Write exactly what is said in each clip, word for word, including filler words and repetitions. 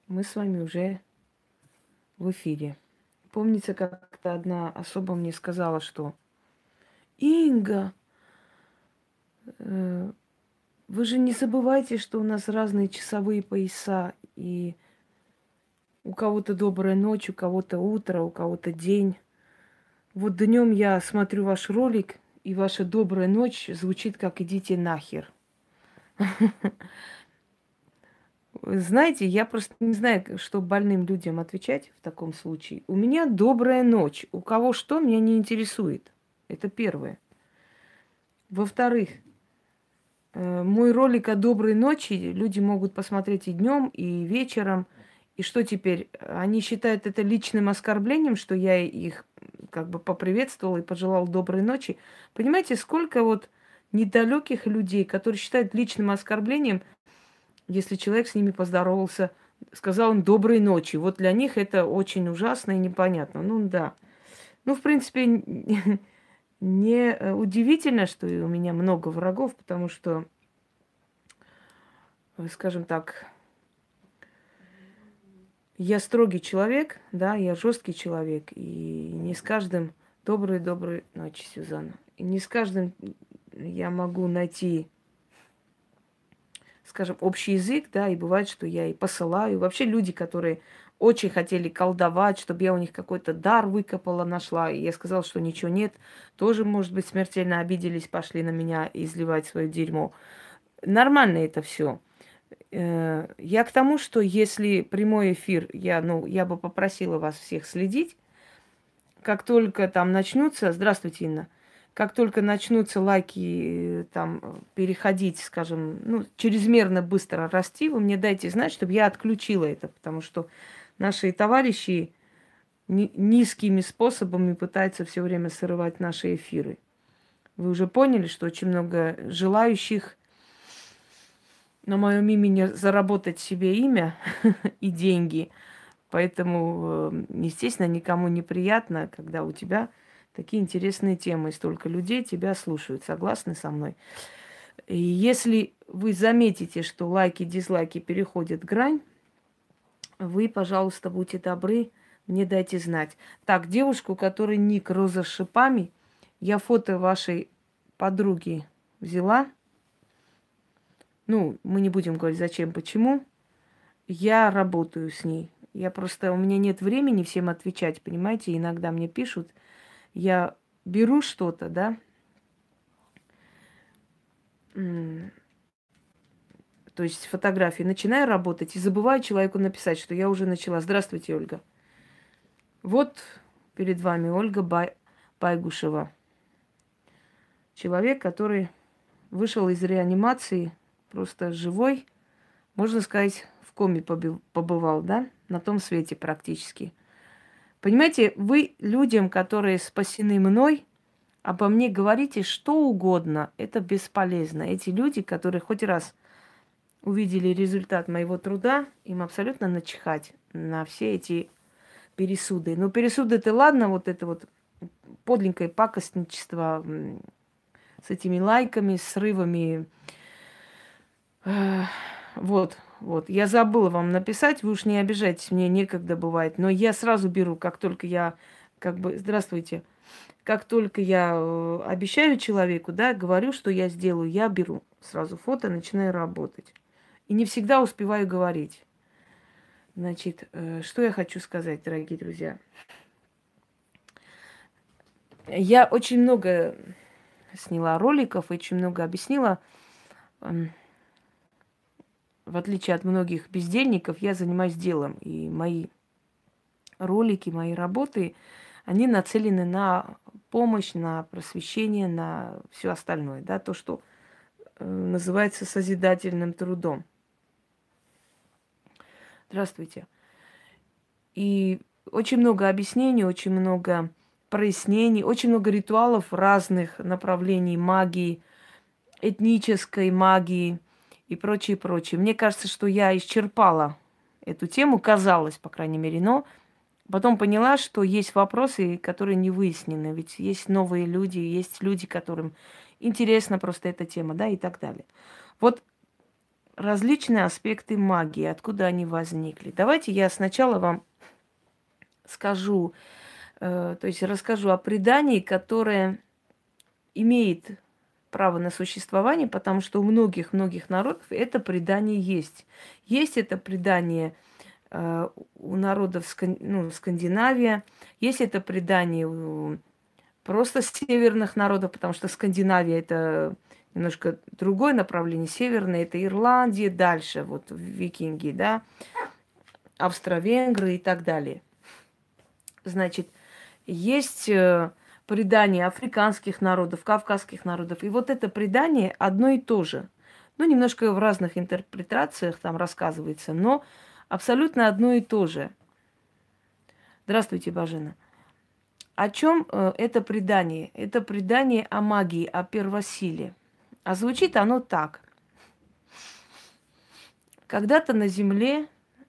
Мы с вами уже в эфире. Помнится, как-то одна особа мне сказала, что Инга, э, вы же не забывайте, что у нас разные часовые пояса, и у кого-то добрая ночь, у кого-то утро, у кого-то день. Вот днем я смотрю ваш ролик, и ваша добрая ночь звучит как идите нахер. Вы знаете, я просто не знаю, к- что больным людям отвечать в таком случае. У меня добрая ночь. У кого что, меня не интересует. Это первое. Во-вторых, э, мой ролик о доброй ночи люди могут посмотреть и днем, и вечером. И что теперь? Они считают это личным оскорблением, что я их как бы поприветствовал и пожелал доброй ночи. Понимаете, сколько вот недалеких людей, которые считают личным оскорблением, если человек с ними поздоровался, сказал им доброй ночи. Вот для них это очень ужасно и непонятно. Ну да. Ну, в принципе, не э, удивительно, что и у меня много врагов, потому что, э, скажем так, я строгий человек, да, я жесткий человек, и не с каждым доброй-доброй ночи, Сюзанна. И не с каждым я могу найти, скажем, общий язык, да, и бывает, что я и посылаю. Вообще люди, которые очень хотели колдовать, чтобы я у них какой-то дар выкопала, нашла, и я сказала, что ничего нет, тоже, может быть, смертельно обиделись, пошли на меня изливать свое дерьмо. Нормально это все. Я к тому, что если прямой эфир, я, ну, я бы попросила вас всех следить, как только там начнутся, здравствуйте, Инна, как только начнутся лайки э, там э, переходить, скажем, ну, чрезмерно быстро расти, вы мне дайте знать, чтобы я отключила это, потому что наши товарищи ни- низкими способами пытаются все время срывать наши эфиры. Вы уже поняли, что очень много желающих на моем имени заработать себе имя и деньги. Поэтому, э, естественно, никому не приятно, когда у тебя такие интересные темы, и столько людей тебя слушают. Согласны со мной? И если вы заметите, что лайки, дизлайки переходят грань, вы, пожалуйста, будьте добры, мне дайте знать. Так, девушку, у которой ник Роза с шипами, я фото вашей подруги взяла. Ну, мы не будем говорить, зачем, почему. Я работаю с ней. Я просто, у меня нет времени всем отвечать, понимаете? Иногда мне пишут, я беру что-то, да, м, то есть фотографии, начинаю работать и забываю человеку написать, что я уже начала. Здравствуйте, Ольга. Вот перед вами Ольга Бай- Байгушева. Человек, который вышел из реанимации, просто живой, можно сказать, в коме поби- побывал, да, на том свете практически. Понимаете, вы людям, которые спасены мной, обо мне говорите что угодно, это бесполезно. Эти люди, которые хоть раз увидели результат моего труда, им абсолютно начихать на все эти пересуды. Но пересуды-то ладно, вот это вот подленькое пакостничество м, с этими лайками, срывами. Эх, Вот, вот. Я забыла вам написать, вы уж не обижайтесь, мне некогда бывает. Но я сразу беру, как только я, как бы, здравствуйте, как только я э, обещаю человеку, да, говорю, что я сделаю, я беру сразу фото, начинаю работать. И не всегда успеваю говорить. Значит, э, что я хочу сказать, дорогие друзья. Я очень много сняла роликов, очень много объяснила. М, В отличие от многих бездельников, я занимаюсь делом. И мои ролики, мои работы, они нацелены на помощь, на просвещение, на все остальное, да, то, что э, называется созидательным трудом. Здравствуйте. И очень много объяснений, очень много прояснений, очень много ритуалов разных направлений магии, этнической магии и прочее, прочее. Мне кажется, что я исчерпала эту тему, казалось, по крайней мере, но потом поняла, что есть вопросы, которые не выяснены, ведь есть новые люди, есть люди, которым интересна просто эта тема, да, и так далее. Вот различные аспекты магии, откуда они возникли. Давайте я сначала вам скажу, э, то есть расскажу о предании, которое имеет право на существование, потому что у многих-многих народов это предание есть. Есть это предание э, у народов Скан... ну, Скандинавия, есть это предание у просто северных народов, потому что Скандинавия это немножко другое направление. Северное это Ирландия, дальше вот викинги, да, австро-венгры и так далее. Значит, есть э, предание африканских народов, кавказских народов. И вот это предание одно и то же. Ну, немножко в разных интерпретациях там рассказывается, но абсолютно одно и то же. Здравствуйте, Бажена. О чем э, это предание? Это предание о магии, о первосиле. А звучит оно так. Когда-то на земле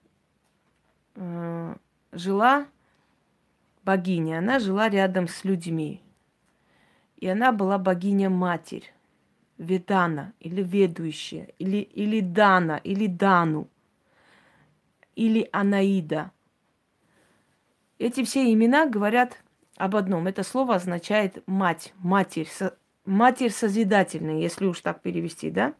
э, жила богиня. Она жила рядом с людьми. И она была богиня-матерь. Ведана, или ведущая, или, или Дана, или Дану, или Анаида. Эти все имена говорят об одном. Это слово означает мать, матерь, со, матерь созидательная, если уж так перевести, да?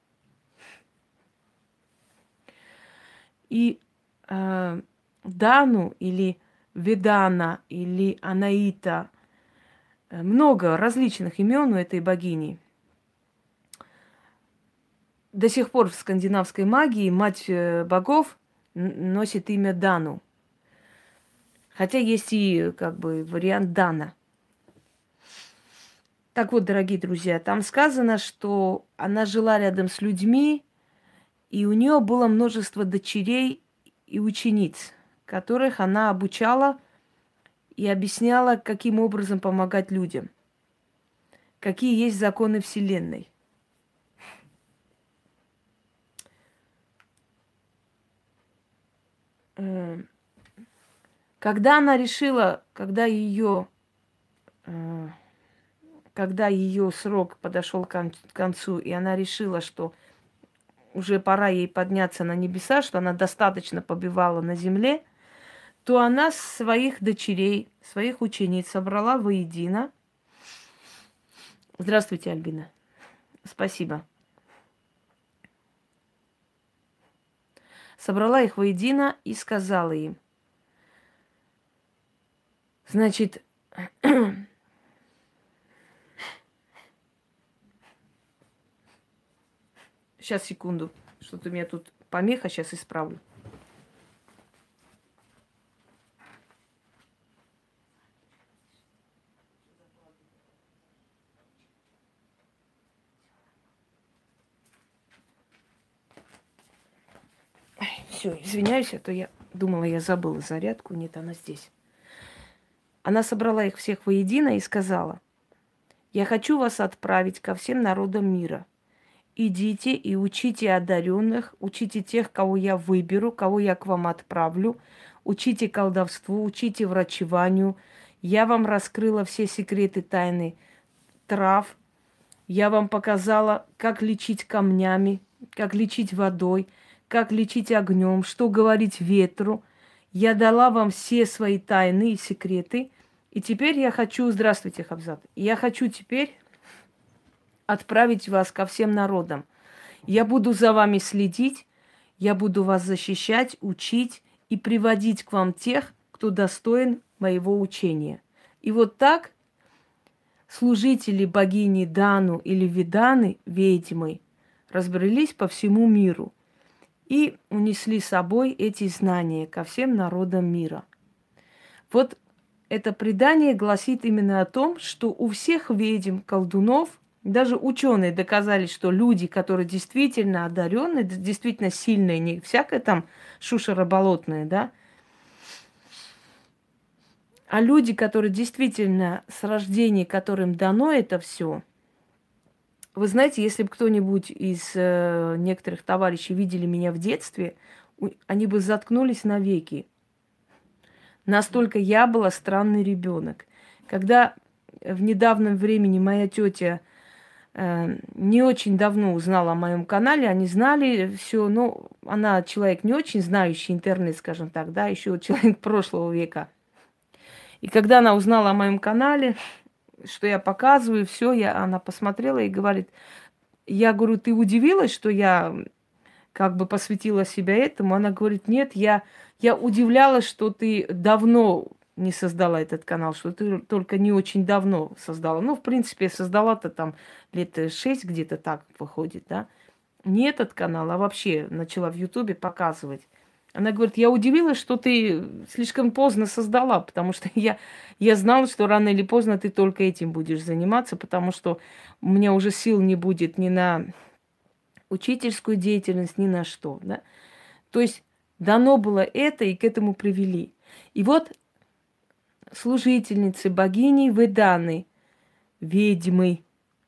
И э, Дану или Ведана или Анаита, много различных имен у этой богини. До сих пор в скандинавской магии мать богов носит имя Дану. Хотя есть и как бы вариант Дана. Так вот, дорогие друзья, там сказано, что она жила рядом с людьми, и у нее было множество дочерей и учениц, которых она обучала и объясняла, каким образом помогать людям, какие есть законы Вселенной. Когда она решила, когда ее, когда ее срок подошел к концу, и она решила, что уже пора ей подняться на небеса, что она достаточно побывала на земле, то она своих дочерей, своих учениц собрала воедино. Здравствуйте, Альбина. Спасибо. Собрала их воедино и сказала им: значит, сейчас, секунду, что-то у меня тут помеха, сейчас исправлю. Все, извиняюсь, а то я думала, я забыла зарядку. Нет, она здесь. Она собрала их всех воедино и сказала: я хочу вас отправить ко всем народам мира. Идите и учите одаренных, учите тех, кого я выберу, кого я к вам отправлю, учите колдовству, учите врачеванию. Я вам раскрыла все секреты тайны трав. Я вам показала, как лечить камнями, как лечить водой, как лечить огнем, что говорить ветру. Я дала вам все свои тайны и секреты. И теперь я хочу... Здравствуйте, Хабзат. Я хочу теперь отправить вас ко всем народам. Я буду за вами следить, я буду вас защищать, учить и приводить к вам тех, кто достоин моего учения. И вот так служители богини Дану или Веданы, ведьмы, разбрелись по всему миру и унесли с собой эти знания ко всем народам мира. Вот это предание гласит именно о том, что у всех ведьм, колдунов, даже ученые доказали, что люди, которые действительно одаренные, действительно сильные, не всякое там шушера болотное, да, а люди, которые действительно с рождения, которым дано это все. Вы знаете, если бы кто-нибудь из э, некоторых товарищей видели меня в детстве, у, они бы заткнулись навеки. Настолько я была странный ребенок. Когда в недавнем времени моя тетя э, не очень давно узнала о моем канале, они знали все, но она человек не очень знающий интернет, скажем так, да, еще человек прошлого века. И когда она узнала о моем канале, что я показываю, все, я, она посмотрела и говорит, я говорю, ты удивилась, что я как бы посвятила себя этому? Она говорит, нет, я, я удивлялась, что ты давно не создала этот канал, что ты только не очень давно создала. Ну, в принципе, создала-то там лет шесть где-то так выходит, да. Не этот канал, а вообще начала в Ютубе показывать. Она говорит, я удивилась, что ты слишком поздно создала, потому что я, я знала, что рано или поздно ты только этим будешь заниматься, потому что у меня уже сил не будет ни на учительскую деятельность, ни на что. Да? То есть дано было это, и к этому привели. И вот служительницы богини Веданы, ведьмы,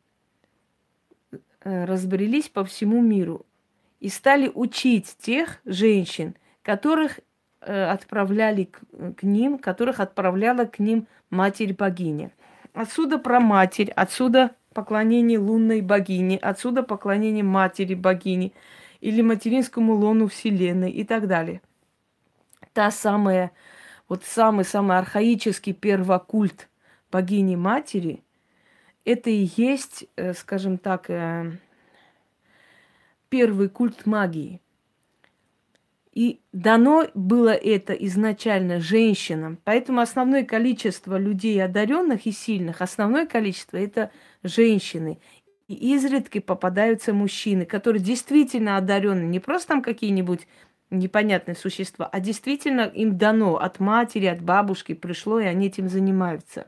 разбрелись по всему миру и стали учить тех женщин, которых э, отправляли к, к ним, которых отправляла к ним Матерь-богиня. Отсюда про Матерь, отсюда поклонение лунной богине, отсюда поклонение Матери-богини или материнскому лону Вселенной и так далее. Та самая, вот самый-самый архаический первокульт богини-матери, это и есть, э, скажем так, э, первый культ магии. И дано было это изначально женщинам. Поэтому основное количество людей одаренных и сильных, основное количество это женщины. И изредка попадаются мужчины, которые действительно одарены, не просто там какие-нибудь непонятные существа, а действительно им дано от матери, от бабушки пришло, и они этим занимаются.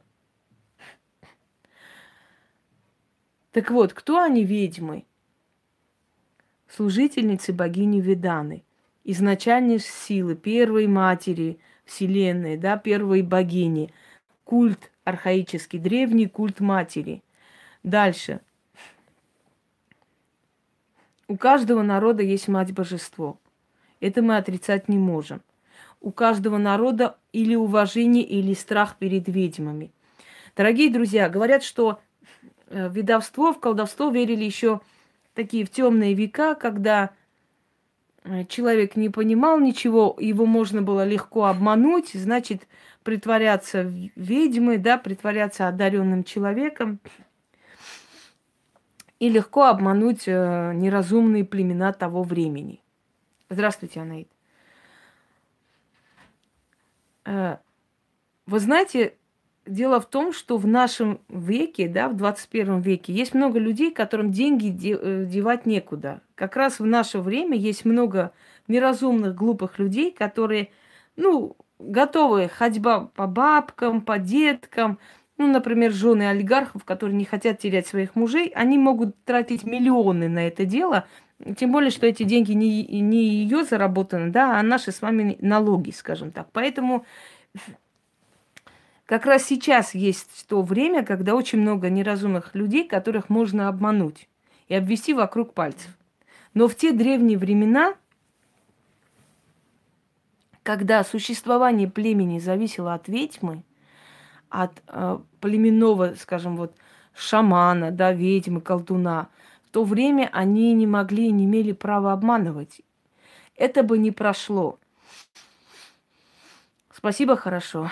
Так вот, кто они ведьмы? Служительницы богини Веданы. Изначальные силы, первой матери Вселенной, да, первой богини. Культ архаический, древний культ матери. Дальше. У каждого народа есть мать-божество. Это мы отрицать не можем. У каждого народа или уважение, или страх перед ведьмами. Дорогие друзья, говорят, что в ведовство, в колдовство верили еще такие в темные века, когда человек не понимал ничего, его можно было легко обмануть, значит, притворяться ведьмой, да, притворяться одаренным человеком и легко обмануть э, неразумные племена того времени. Здравствуйте, Анаид. Э, вы знаете, дело в том, что в нашем веке, да, в двадцать первом веке, есть много людей, которым деньги девать некуда. Как раз в наше время есть много неразумных, глупых людей, которые, ну, готовы ходьба по бабкам, по деткам. Ну, например, жены олигархов, которые не хотят терять своих мужей, они могут тратить миллионы на это дело. Тем более, что эти деньги не, не ее заработаны, да, а наши с вами налоги, скажем так. Поэтому как раз сейчас есть то время, когда очень много неразумных людей, которых можно обмануть и обвести вокруг пальцев. Но в те древние времена, когда существование племени зависело от ведьмы, от э, племенного, скажем, вот шамана, да, ведьмы, колдуна, в то время они не могли, не имели права обманывать. Это бы не прошло. Спасибо, хорошо.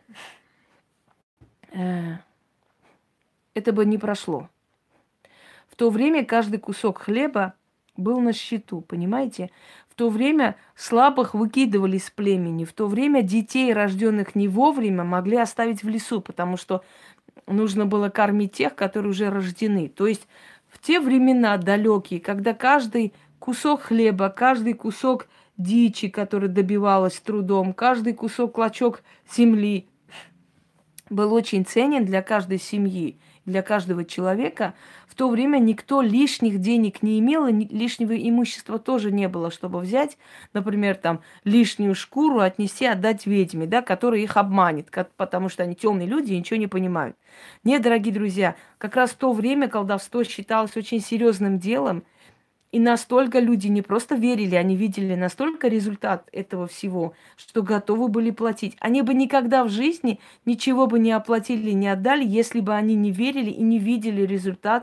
Э, это бы не прошло. В то время каждый кусок хлеба был на счету, понимаете? В то время слабых выкидывали из племени. В то время детей, рожденных не вовремя, могли оставить в лесу, потому что нужно было кормить тех, которые уже рождены. То есть в те времена далекие, когда каждый кусок хлеба, каждый кусок дичи, который добивалась трудом, каждый кусок клочок земли был очень ценен для каждой семьи, для каждого человека. В то время никто лишних денег не имел, и лишнего имущества тоже не было, чтобы взять, например, там, лишнюю шкуру отнести, отдать ведьме, да, которая их обманет, как, потому что они темные люди и ничего не понимают. Нет, дорогие друзья, как раз в то время колдовство считалось очень серьезным делом, и настолько люди не просто верили, они видели настолько результат этого всего, что готовы были платить. Они бы никогда в жизни ничего бы не оплатили, не отдали, если бы они не верили и не видели результат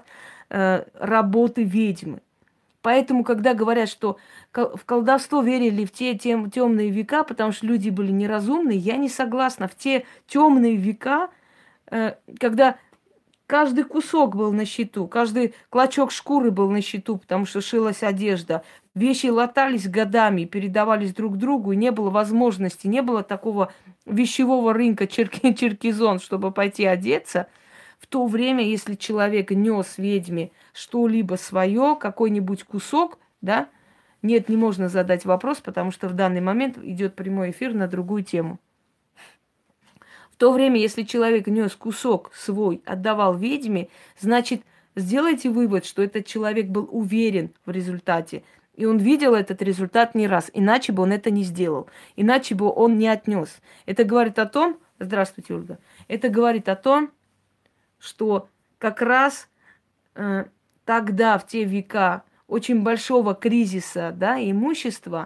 э, работы ведьмы. Поэтому, когда говорят, что в колдовство верили в те темные века, потому что люди были неразумные, я не согласна. В те темные века, э, когда каждый кусок был на счету, каждый клочок шкуры был на счету, потому что шилась одежда. Вещи латались годами, передавались друг другу, и не было возможности, не было такого вещевого рынка черки, черкизон, чтобы пойти одеться. В то время, если человек нес ведьме что-либо свое, какой-нибудь кусок, да, нет, не можно задать вопрос, потому что в данный момент идет прямой эфир на другую тему. В то время, если человек нес кусок свой, отдавал ведьме, значит, сделайте вывод, что этот человек был уверен в результате. И он видел этот результат не раз, иначе бы он это не сделал, иначе бы он не отнес. Это говорит о том, здравствуйте, Ольга, это говорит о том, что как раз э, тогда, в те века очень большого кризиса, да, имущества,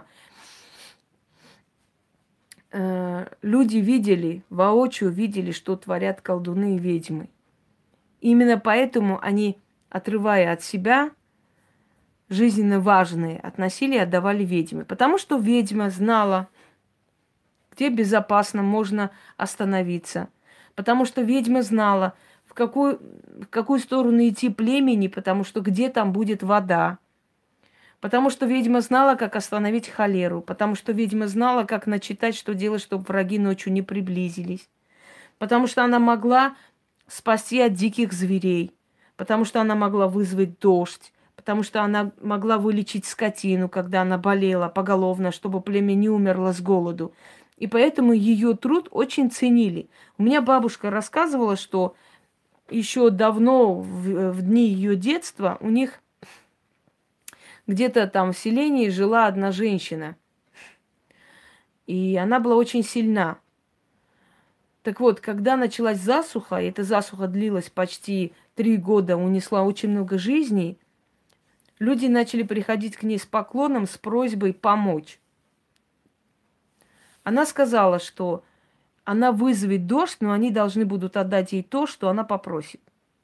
э, люди видели, воочию видели, что творят колдуны и ведьмы. Именно поэтому они, отрывая от себя жизненно важные, относили и отдавали ведьме. Потому что ведьма знала, где безопасно можно остановиться. Потому что ведьма знала, в какую, в какую сторону идти племени, потому что где там будет вода. Потому что ведьма знала, как остановить холеру. Потому что ведьма знала, как начитать, что делать, чтобы враги ночью не приблизились. Потому что она могла спасти от диких зверей. Потому что она могла вызвать дождь. Потому что она могла вылечить скотину, когда она болела поголовно, чтобы племя не умерло с голоду. И поэтому ее труд очень ценили. У меня бабушка рассказывала, что еще давно, в, в дни ее детства, у них где-то там в селении жила одна женщина. И она была очень сильна. Так вот, когда началась засуха, и эта засуха длилась почти три года, унесла очень много жизней, люди начали приходить к ней с поклоном, с просьбой помочь. Она сказала, что она вызовет дождь, но они должны будут отдать ей то, что она попросит.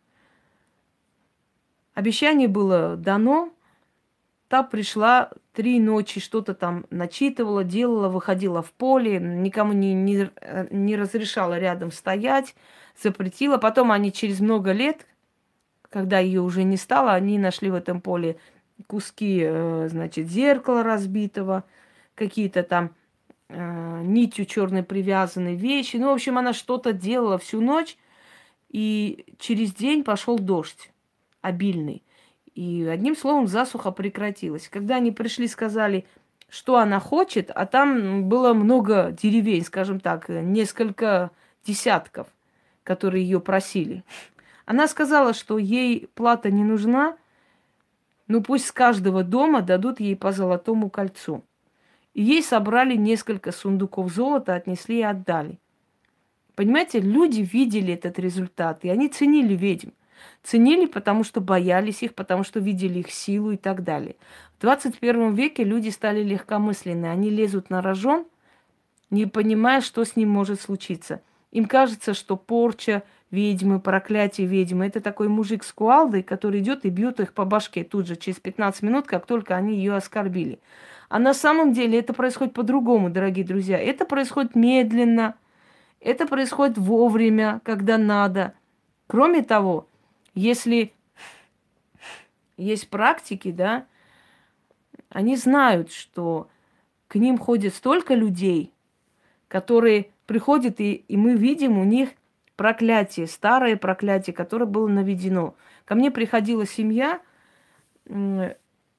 Обещание было дано. Та пришла три ночи, что-то там начитывала, делала, выходила в поле, никому не, не, не разрешала рядом стоять, запретила. Потом они через много лет, когда ее уже не стало, они нашли в этом поле куски, значит, зеркала разбитого, какие-то там э, нитью черной привязанные вещи. Ну, в общем, она что-то делала всю ночь, и через день пошел дождь обильный. И одним словом засуха прекратилась. Когда они пришли, сказали, что она хочет, а там было много деревень, скажем так, несколько десятков, которые ее просили. Она сказала, что ей плата не нужна, но пусть с каждого дома дадут ей по золотому кольцу. И ей собрали несколько сундуков золота, отнесли и отдали. Понимаете, люди видели этот результат, и они ценили ведьм. Ценили, потому что боялись их, потому что видели их силу и так далее. В двадцать первом веке люди стали легкомысленны. Они лезут на рожон, не понимая, что с ним может случиться. Им кажется, что порча ведьмы, проклятие ведьмы — это такой мужик с кувалдой, который идет и бьет их по башке тут же, через пятнадцать минут, как только они ее оскорбили. А на самом деле это происходит по-другому, дорогие друзья. Это происходит медленно, это происходит вовремя, когда надо. Кроме того, если есть практики, да, они знают, что к ним ходит столько людей, которые приходят, и, и мы видим у них проклятие, старое проклятие, которое было наведено. Ко мне приходила семья, там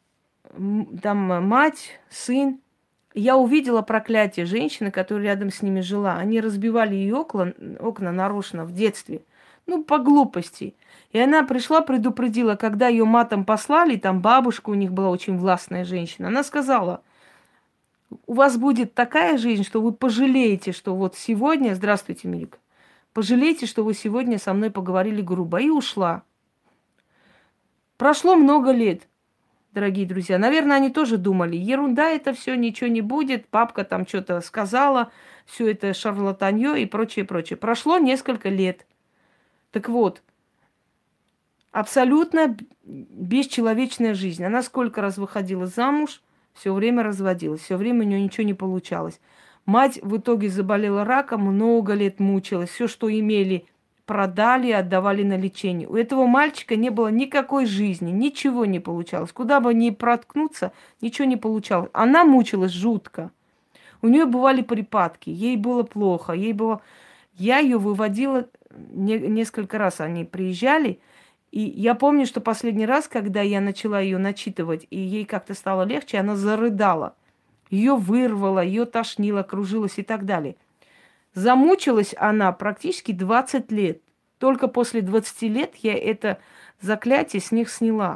мать, сын. Я увидела проклятие женщины, которая рядом с ними жила. Они разбивали ее окна, окна нарочно в детстве. Ну, по глупости. И она пришла, предупредила, когда ее матом послали, там бабушка у них была очень властная женщина. Она сказала, у вас будет такая жизнь, что вы пожалеете, что вот сегодня, здравствуйте, Милика, пожалеете, что вы сегодня со мной поговорили грубо. И ушла. Прошло много лет, дорогие друзья. Наверное, они тоже думали, ерунда это все, ничего не будет, папка там что-то сказала, все это шарлатанье и прочее, прочее. Прошло несколько лет. Так вот, Абсолютно бесчеловечная жизнь. Она сколько раз выходила замуж, все время разводилась, все время у нее ничего не получалось. Мать в итоге заболела раком, много лет мучилась. Все, что имели, продали, отдавали на лечение. У этого мальчика не было никакой жизни, ничего не получалось. Куда бы ни проткнуться, ничего не получалось. Она мучилась жутко. У нее бывали припадки, ей было плохо, ей было... Я ее выводила не- несколько раз, они приезжали, и я помню, что последний раз, когда я начала ее начитывать, и ей как-то стало легче, она зарыдала. Ее вырвало, ее тошнило, кружилось и так далее. Замучилась она практически двадцать лет. Только после двадцати лет я это заклятие с них сняла.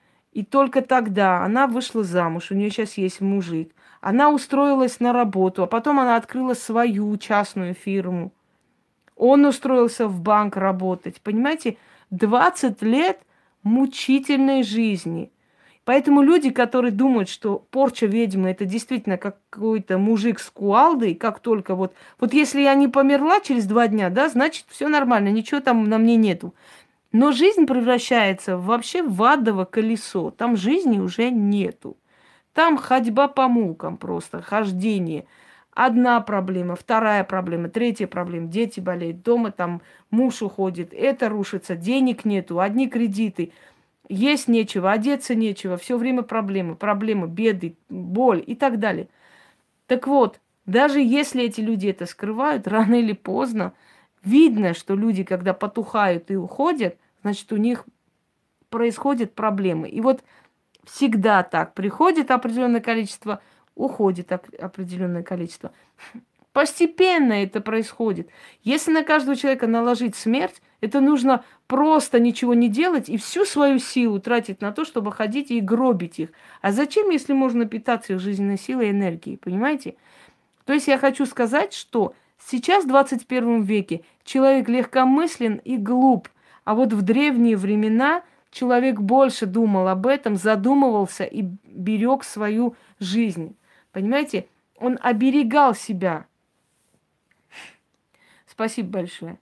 И только тогда она вышла замуж, у нее сейчас есть мужик. Она устроилась на работу, а потом она открыла свою частную фирму. Он устроился в банк работать. Понимаете, двадцать лет мучительной жизни. Поэтому люди, которые думают, что порча ведьмы это действительно как какой-то мужик с кувалдой, как только вот... Вот если я не померла через два дня, да, значит, все нормально, ничего там на мне нету. Но жизнь превращается вообще в адово колесо. Там жизни уже нету. Там ходьба по мукам просто, хождение. Одна проблема, вторая проблема, третья проблема. Дети болеют, дома там муж уходит, это рушится, денег нету, одни кредиты. Есть нечего, одеться нечего, все время проблемы, проблемы, беды, боль и так далее. Так вот, даже если эти люди это скрывают, рано или поздно видно, что люди, когда потухают и уходят, значит, у них происходят проблемы. И вот всегда так. Приходит определенное количество, уходит определенное количество. Постепенно это происходит. Если на каждого человека наложить смерть, это нужно просто ничего не делать и всю свою силу тратить на то, чтобы ходить и гробить их. А зачем, если можно питаться их жизненной силой и энергией? Понимаете? То есть я хочу сказать, что сейчас, в двадцать первом веке, человек легкомыслен и глуп. А вот в древние времена человек больше думал об этом, задумывался и берег свою жизнь. Понимаете? Он оберегал себя. Спасибо большое.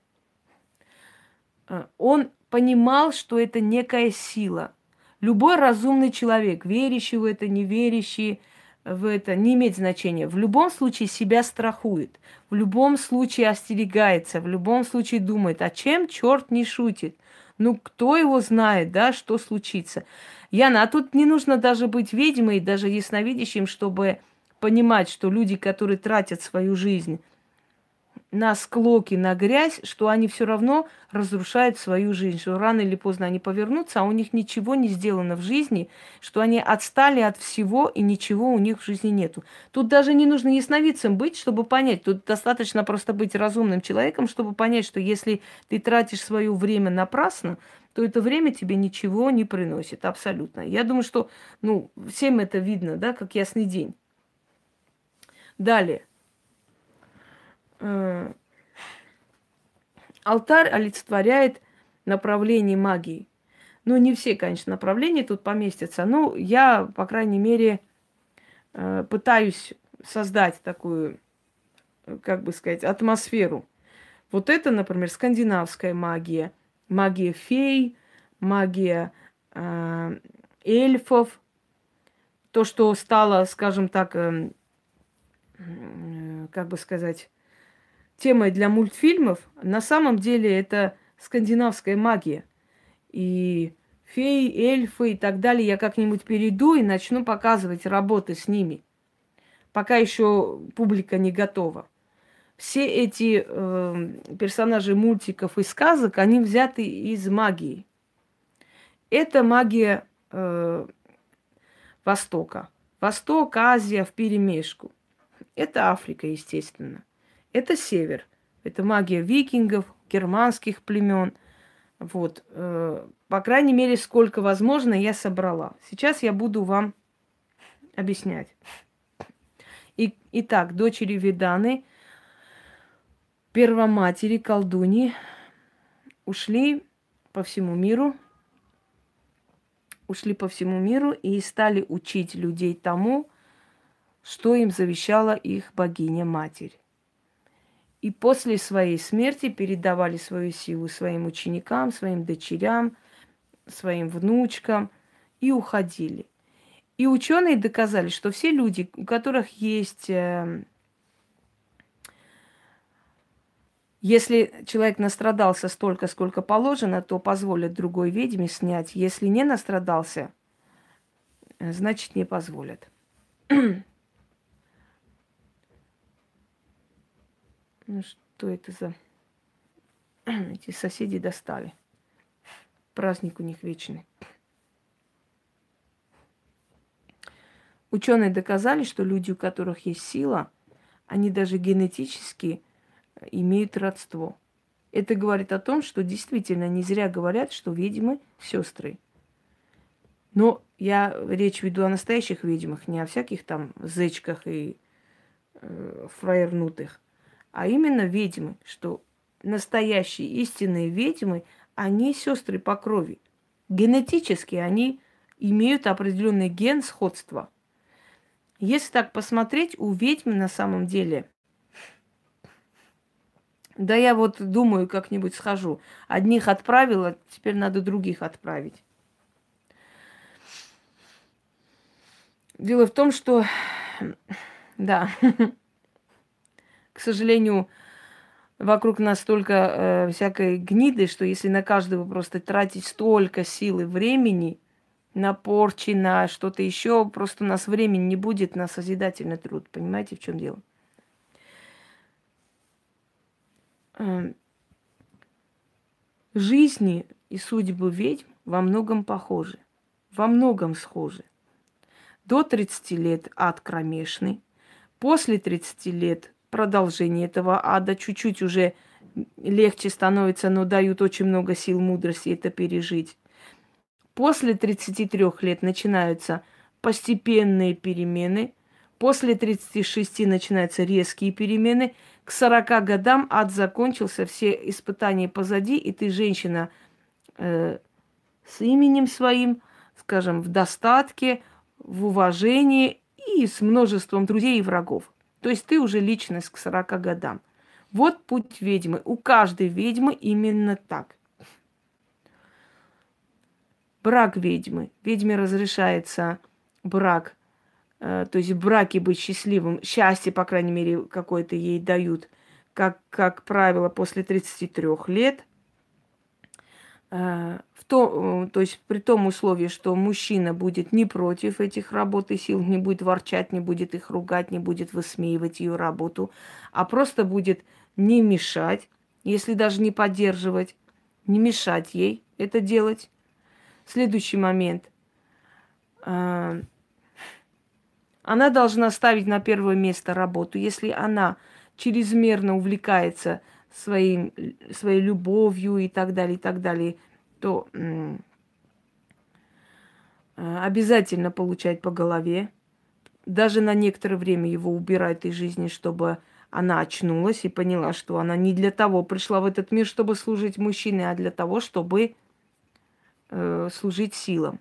Он понимал, что это некая сила. Любой разумный человек, верящий в это, не верящий в это, не имеет значения. В любом случае себя страхует, в любом случае остерегается, в любом случае думает, а чем черт не шутит? Ну, кто его знает, да, что случится? Яна, а тут не нужно даже быть ведьмой, даже ясновидящим, чтобы понимать, что люди, которые тратят свою жизнь на склоки, на грязь, что они все равно разрушают свою жизнь, что рано или поздно они повернутся, а у них ничего не сделано в жизни, что они отстали от всего и ничего у них в жизни нету. Тут даже не нужно ясновидцем быть, чтобы понять. Тут достаточно просто быть разумным человеком, чтобы понять, что если ты тратишь свое время напрасно, то это время тебе ничего не приносит. Абсолютно. Я думаю, что ну, всем это видно, да, как ясный день. Далее. Алтарь олицетворяет направление магии. Ну, не все, конечно, направления тут поместятся. Но я, по крайней мере, пытаюсь создать такую, как бы сказать, атмосферу. Вот это, например, скандинавская магия. Магия фей, магия э, эльфов. То, что стало, скажем так, э, э, как бы сказать, темой для мультфильмов, на самом деле это скандинавская магия. И феи, эльфы и так далее я как-нибудь перейду и начну показывать работы с ними. Пока еще публика не готова. Все эти э, персонажи мультиков и сказок, они взяты из магии. Это магия э, Востока. Восток, Азия вперемешку. Это Африка, естественно. Это север. Это магия викингов, германских племен. Вот. Э, по крайней мере, сколько возможно, я собрала. Сейчас я буду вам объяснять. И, итак, дочери Виданы, первоматери, колдуни, ушли по всему миру, ушли по всему миру и стали учить людей тому, что им завещала их богиня-матерь. И после своей смерти передавали свою силу своим ученикам, своим дочерям, своим внучкам и уходили. И ученые доказали, что все люди, у которых есть... Э, если человек настрадался столько, сколько положено, то позволят другой ведьме снять. Если не настрадался, значит, не позволят. Ну, что это за... Эти соседи достали. Праздник у них вечный. Ученые доказали, что люди, у которых есть сила, они даже генетически имеют родство. Это говорит о том, что действительно не зря говорят, что ведьмы сестры. Но я речь веду о настоящих ведьмах, не о всяких там зечках и э, фраернутых, а именно ведьмы, что настоящие истинные ведьмы, они сестры по крови. Генетически они имеют определенный ген сходства. Если так посмотреть, у ведьм на самом деле... Да я вот думаю, как-нибудь схожу. Одних отправила, теперь надо других отправить. Дело в том, что... Да, к сожалению, вокруг нас столько э, всякой гниды, что если на каждого просто тратить столько сил и времени, на порчи, на что-то еще, просто у нас времени не будет на созидательный труд. Понимаете, в чем дело? Жизни и судьбы ведьм во многом похожи, во многом схожи. До тридцати лет ад кромешный, после тридцати лет продолжение этого ада, чуть-чуть уже легче становится, но дают очень много сил, мудрости это пережить. После тридцати трёх лет начинаются постепенные перемены, после тридцати шести начинаются резкие перемены. К сорока годам ад закончился, все испытания позади, и ты женщина э, с именем своим, скажем, в достатке, в уважении и с множеством друзей и врагов. То есть ты уже личность к сорока годам. Вот путь ведьмы. У каждой ведьмы именно так. Брак ведьмы. Ведьме разрешается брак, э, то есть в браке быть счастливым, счастье, по крайней мере, какое-то ей дают, как, как правило, после тридцати трёх лет. Э, в то, то есть при том условии, что мужчина будет не против этих работ и сил, не будет ворчать, не будет их ругать, не будет высмеивать ее работу, а просто будет не мешать, если даже не поддерживать, не мешать ей это делать. Следующий момент. Она должна ставить на первое место работу. Если она чрезмерно увлекается своим, своей любовью и так далее, и так далее, то обязательно получает по голове. Даже на некоторое время его убирает из жизни, чтобы она очнулась и поняла, что она не для того пришла в этот мир, чтобы служить мужчине, а для того, чтобы служить силам.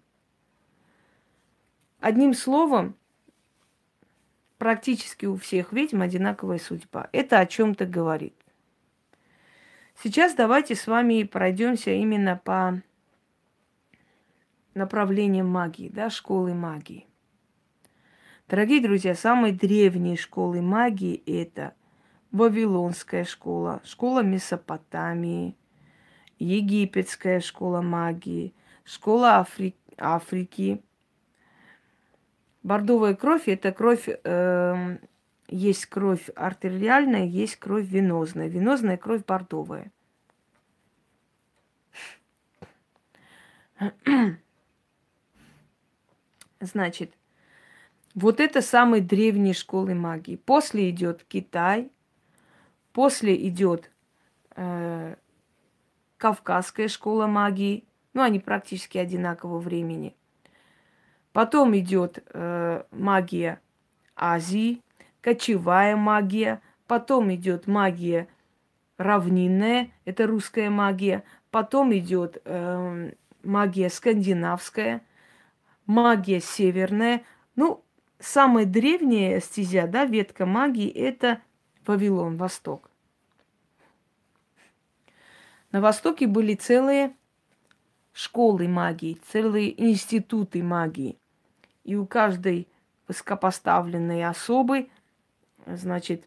Одним словом, практически у всех ведьм одинаковая судьба. Это о чем-то говорит. Сейчас давайте с вами пройдемся именно по направлениям магии, да, школы магии. Дорогие друзья, самые древние школы магии – это Вавилонская школа, школа Месопотамии, Египетская школа магии, школа Афри... Африки. Бордовая кровь – это кровь, э, есть кровь артериальная, есть кровь венозная. Венозная кровь бордовая. Значит, вот это самые древние школы магии. После идет Китай, после идет э, Кавказская школа магии. Ну, они практически одинакового времени. Потом идет э, магия Азии, кочевая магия. Потом идет магия равнинная, это русская магия. Потом идет э, магия скандинавская, магия северная. Ну, самая древняя стезя, да, ветка магии – это Вавилон, Восток. На Востоке были целые школы магии, целые институты магии. И у каждой высокопоставленной особы, значит,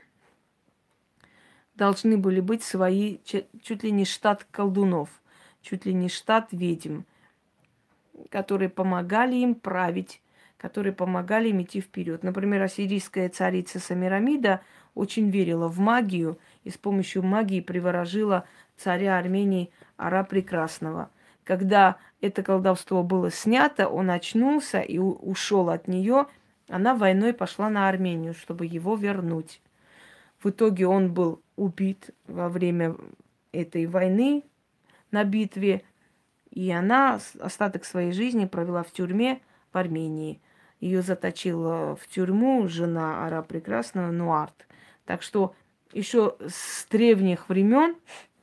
должны были быть свои, чуть ли не штат колдунов, чуть ли не штат ведьм, которые помогали им править, которые помогали им идти вперед. Например, ассирийская царица Самирамида очень верила в магию и с помощью магии приворожила царя Армении Ара Прекрасного. Когда это колдовство было снято, он очнулся и ушел от нее. Она войной пошла на Армению, чтобы его вернуть. В итоге он был убит во время этой войны на битве, и она остаток своей жизни провела в тюрьме в Армении. Ее заточила в тюрьму жена Ара Прекрасного Нуарт. Так что еще с древних времен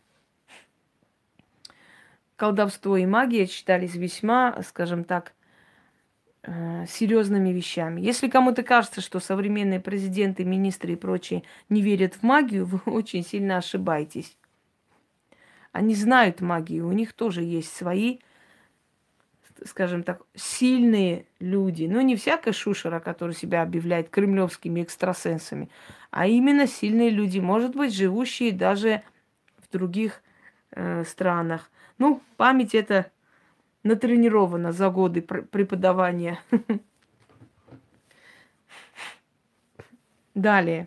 колдовство и магия считались весьма, скажем так, серьезными вещами. Если кому-то кажется, что современные президенты, министры и прочие не верят в магию, вы очень сильно ошибаетесь. Они знают магию, у них тоже есть свои, скажем так, сильные люди. Но не всякая шушера, которая себя объявляет кремлевскими экстрасенсами, а именно сильные люди, может быть, живущие даже в других э, странах. Ну, память это натренирована за годы преподавания. Далее,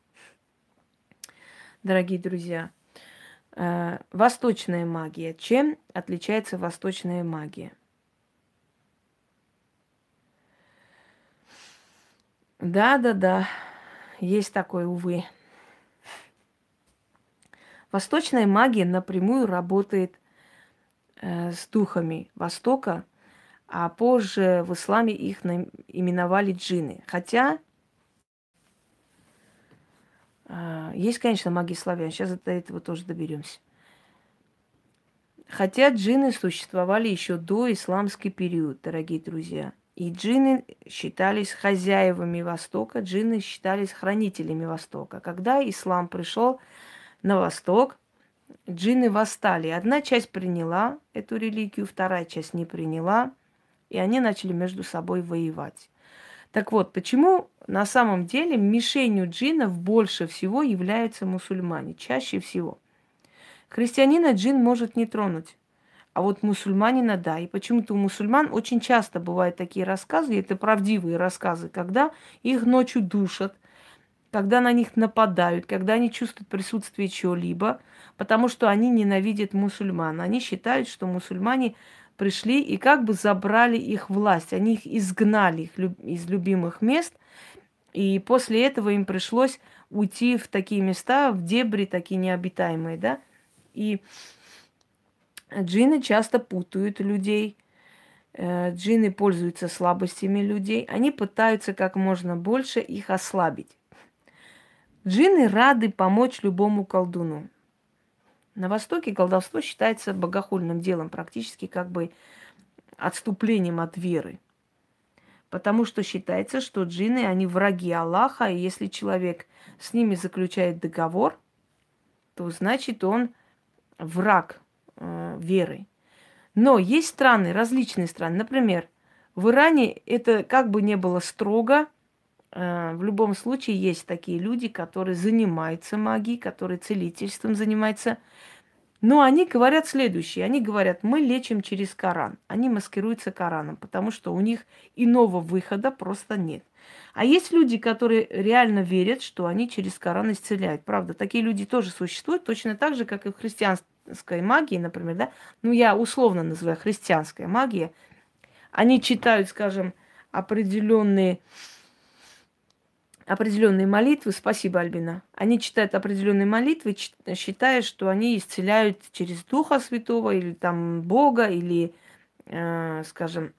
дорогие друзья, восточная магия. Чем отличается восточная магия? Да-да-да, есть такое, увы. Восточная магия напрямую работает э, с духами Востока, а позже в исламе их именовали джинны. Хотя э, есть, конечно, магия славян. Сейчас до этого тоже доберемся. Хотя джинны существовали еще до исламский период, дорогие друзья. И джинны считались хозяевами Востока, джинны считались хранителями Востока. Когда ислам пришел на Восток, джинны восстали. Одна часть приняла эту религию, вторая часть не приняла, и они начали между собой воевать. Так вот, почему на самом деле мишенью джиннов больше всего являются мусульмане, чаще всего? Христианина джин может не тронуть, а вот мусульманина да. И почему-то у мусульман очень часто бывают такие рассказы, и это правдивые рассказы, когда их ночью душат, когда на них нападают, когда они чувствуют присутствие чего-либо, потому что они ненавидят мусульман. Они считают, что мусульмане пришли и как бы забрали их власть. Они их изгнали их из любимых мест, и после этого им пришлось уйти в такие места, в дебри такие необитаемые, да. И джинны часто путают людей, джинны пользуются слабостями людей, они пытаются как можно больше их ослабить. Джинны рады помочь любому колдуну. На Востоке колдовство считается богохульным делом, практически как бы отступлением от веры. Потому что считается, что джинны, они враги Аллаха, и если человек с ними заключает договор, то значит он враг э, веры. Но есть страны, различные страны. Например, в Иране это как бы не было строго, в любом случае есть такие люди, которые занимаются магией, которые целительством занимаются. Но они говорят следующее. Они говорят, мы лечим через Коран. Они маскируются Кораном, потому что у них иного выхода просто нет. А есть люди, которые реально верят, что они через Коран исцеляют. Правда, такие люди тоже существуют, точно так же, как и в христианской магии, например, да. Ну, я условно называю христианская магия. Они читают, скажем, определенные... определенные молитвы, спасибо, Альбина, они читают определенные молитвы, считая, что они исцеляют через Духа Святого или там Бога, или, э, скажем,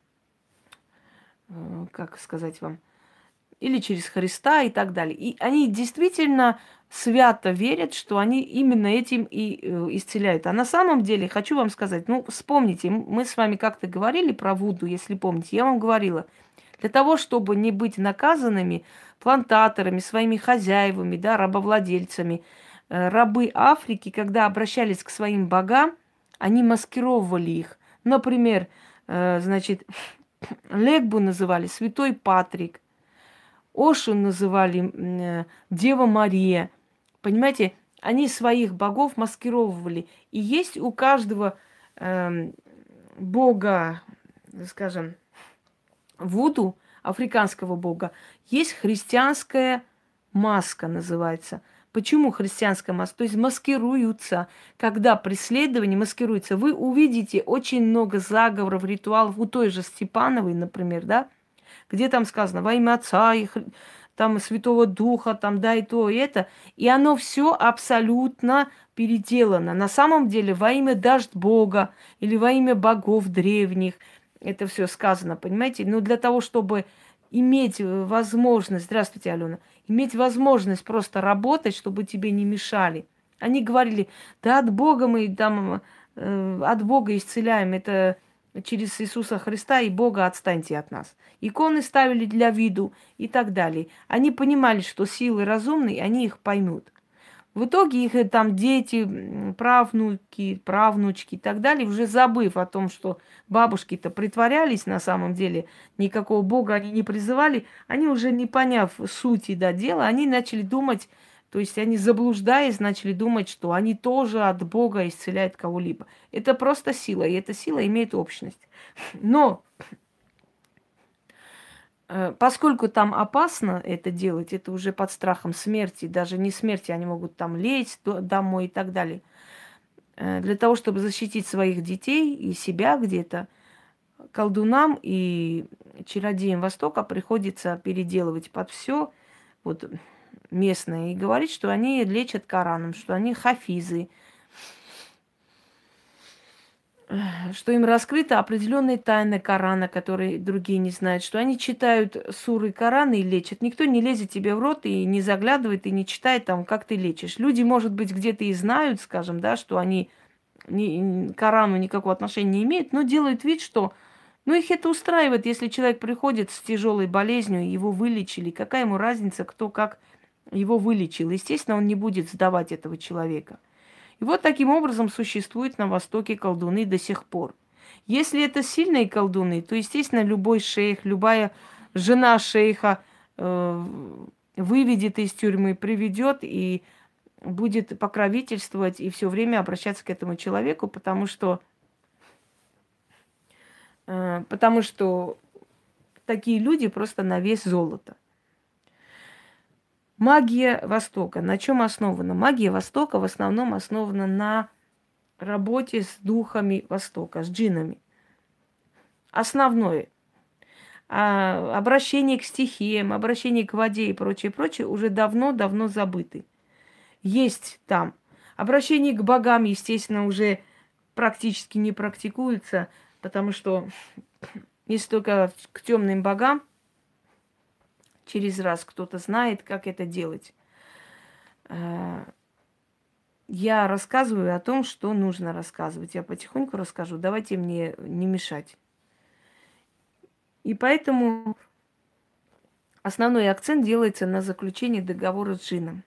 э, как сказать вам, или через Христа и так далее. И они действительно свято верят, что они именно этим и э, исцеляют. А на самом деле, хочу вам сказать, ну, вспомните, мы с вами как-то говорили про Вуду, если помните, я вам говорила, для того, чтобы не быть наказанными плантаторами, своими хозяевами, да, рабовладельцами, рабы Африки, когда обращались к своим богам, они маскировывали их Например, э, значит, Легбу называли Святой Патрик, Ошу называли э, Дева Мария. Понимаете, они своих богов маскировывали. И есть у каждого э, бога, скажем, Вуду, африканского бога, есть христианская маска, называется. Почему христианская маска? То есть маскируются, когда преследование маскируется. Вы увидите очень много заговоров, ритуалов у той же Степановой, например, да, где там сказано во имя Отца и Хри- там Святого Духа, там да и то, и это. И оно все абсолютно переделано. На самом деле во имя Дождь Бога или во имя богов древних это все сказано, понимаете? Но для того, чтобы иметь э, возможность, здравствуйте, Алена, иметь возможность просто работать, чтобы тебе не мешали. Они говорили, да от Бога мы там, э, от Бога исцеляем, это через Иисуса Христа и Бога отстаньте от нас. Иконы ставили для виду и так далее. Они понимали, что силы разумные, они их поймут. В итоге их э, там дети, м, правнуки, правнучки и так далее, уже забыв о том, что бабушки-то притворялись на самом деле, никакого бога они не призывали, они уже не поняв сути да, дела, они начали думать, то есть они заблуждаясь, начали думать, что они тоже от бога исцеляют кого-либо. Это просто сила, и эта сила имеет общность. Но Э, поскольку там опасно это делать, это уже под страхом смерти, даже не смерти, они могут там лезть до- домой и так далее. Э, Для того, чтобы защитить своих детей и себя где-то, колдунам и чародеям Востока приходится переделывать под все вот местное и говорить, что они лечат Кораном, что они хафизы, что им раскрыта определенная тайна Корана, которые другие не знают, что они читают суры Корана и лечат. Никто не лезет тебе в рот и не заглядывает, и не читает там, как ты лечишь. Люди, может быть, где-то и знают, скажем, да, что они ни, к Корану никакого отношения не имеют, но делают вид, что ну, их это устраивает, если человек приходит с тяжелой болезнью, его вылечили. Какая ему разница, кто как его вылечил? Естественно, он не будет сдавать этого человека. И вот таким образом существуют на Востоке колдуны до сих пор. Если это сильные колдуны, то, естественно, любой шейх, любая жена шейха э, выведет из тюрьмы, приведет и будет покровительствовать и все время обращаться к этому человеку, потому что, э, потому что такие люди просто на вес золота. Магия Востока. На чем основана? Магия Востока в основном основана на работе с духами Востока, с джиннами. Основное. А обращение к стихиям, обращение к воде и прочее, прочее уже давно-давно забыты. Есть там. Обращение к богам, естественно, уже практически не практикуется, потому что если только к темным богам через раз кто-то знает, как это делать. А, я рассказываю о том, что нужно рассказывать. Я потихоньку расскажу. Давайте мне не мешать. И поэтому основной акцент делается на заключении договора с джинном.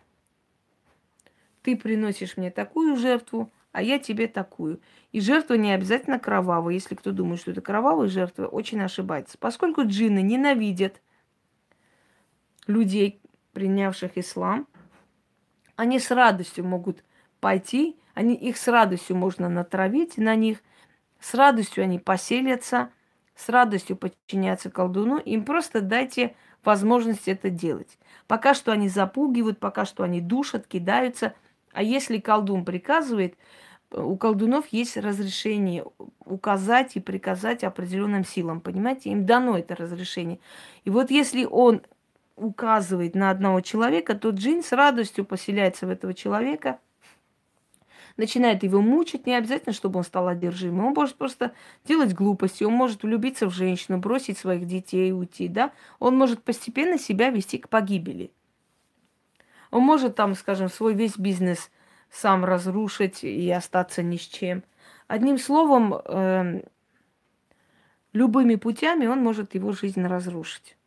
Ты приносишь мне такую жертву, а я тебе такую. И жертва не обязательно кровавая. Если кто думает, что это кровавая жертва, очень ошибается. Поскольку джинны ненавидят людей, принявших ислам, они с радостью могут пойти, они, их с радостью можно натравить на них, с радостью они поселятся, с радостью подчиняться колдуну, им просто дайте возможность это делать. Пока что они запугивают, пока что они душат, кидаются. А если колдун приказывает, у колдунов есть разрешение указать и приказать определенным силам, понимаете? Им дано это разрешение. И вот если он указывает на одного человека, то джин с радостью поселяется в этого человека, начинает его мучить, не обязательно, чтобы он стал одержимым. Он может просто делать глупости, он может влюбиться в женщину, бросить своих детей, уйти, да? Он может постепенно себя вести к погибели. Он может там, скажем, свой весь бизнес сам разрушить и остаться ни с чем. Одним словом, э, любыми путями он может его жизнь разрушить.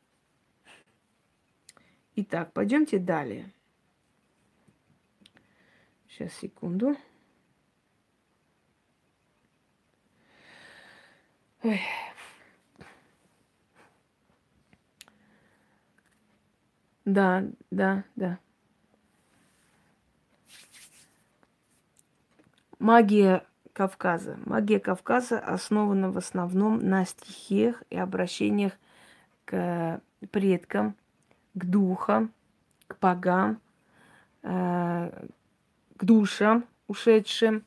Итак, пойдемте далее. Сейчас, секунду. Ой. Да, да, да. Магия Кавказа. Магия Кавказа основана в основном на стихиях и обращениях к предкам, к духам, к богам, э, к душам ушедшим,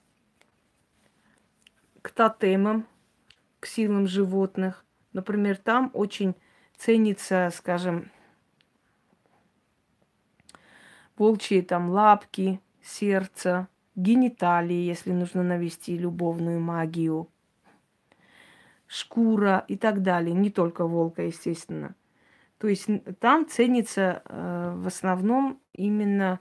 к тотемам, к силам животных. Например, там очень ценится, скажем, волчьи там лапки, сердце, гениталии, если нужно навести любовную магию, шкура и так далее. Не только волка, естественно. То есть там ценится э, в основном именно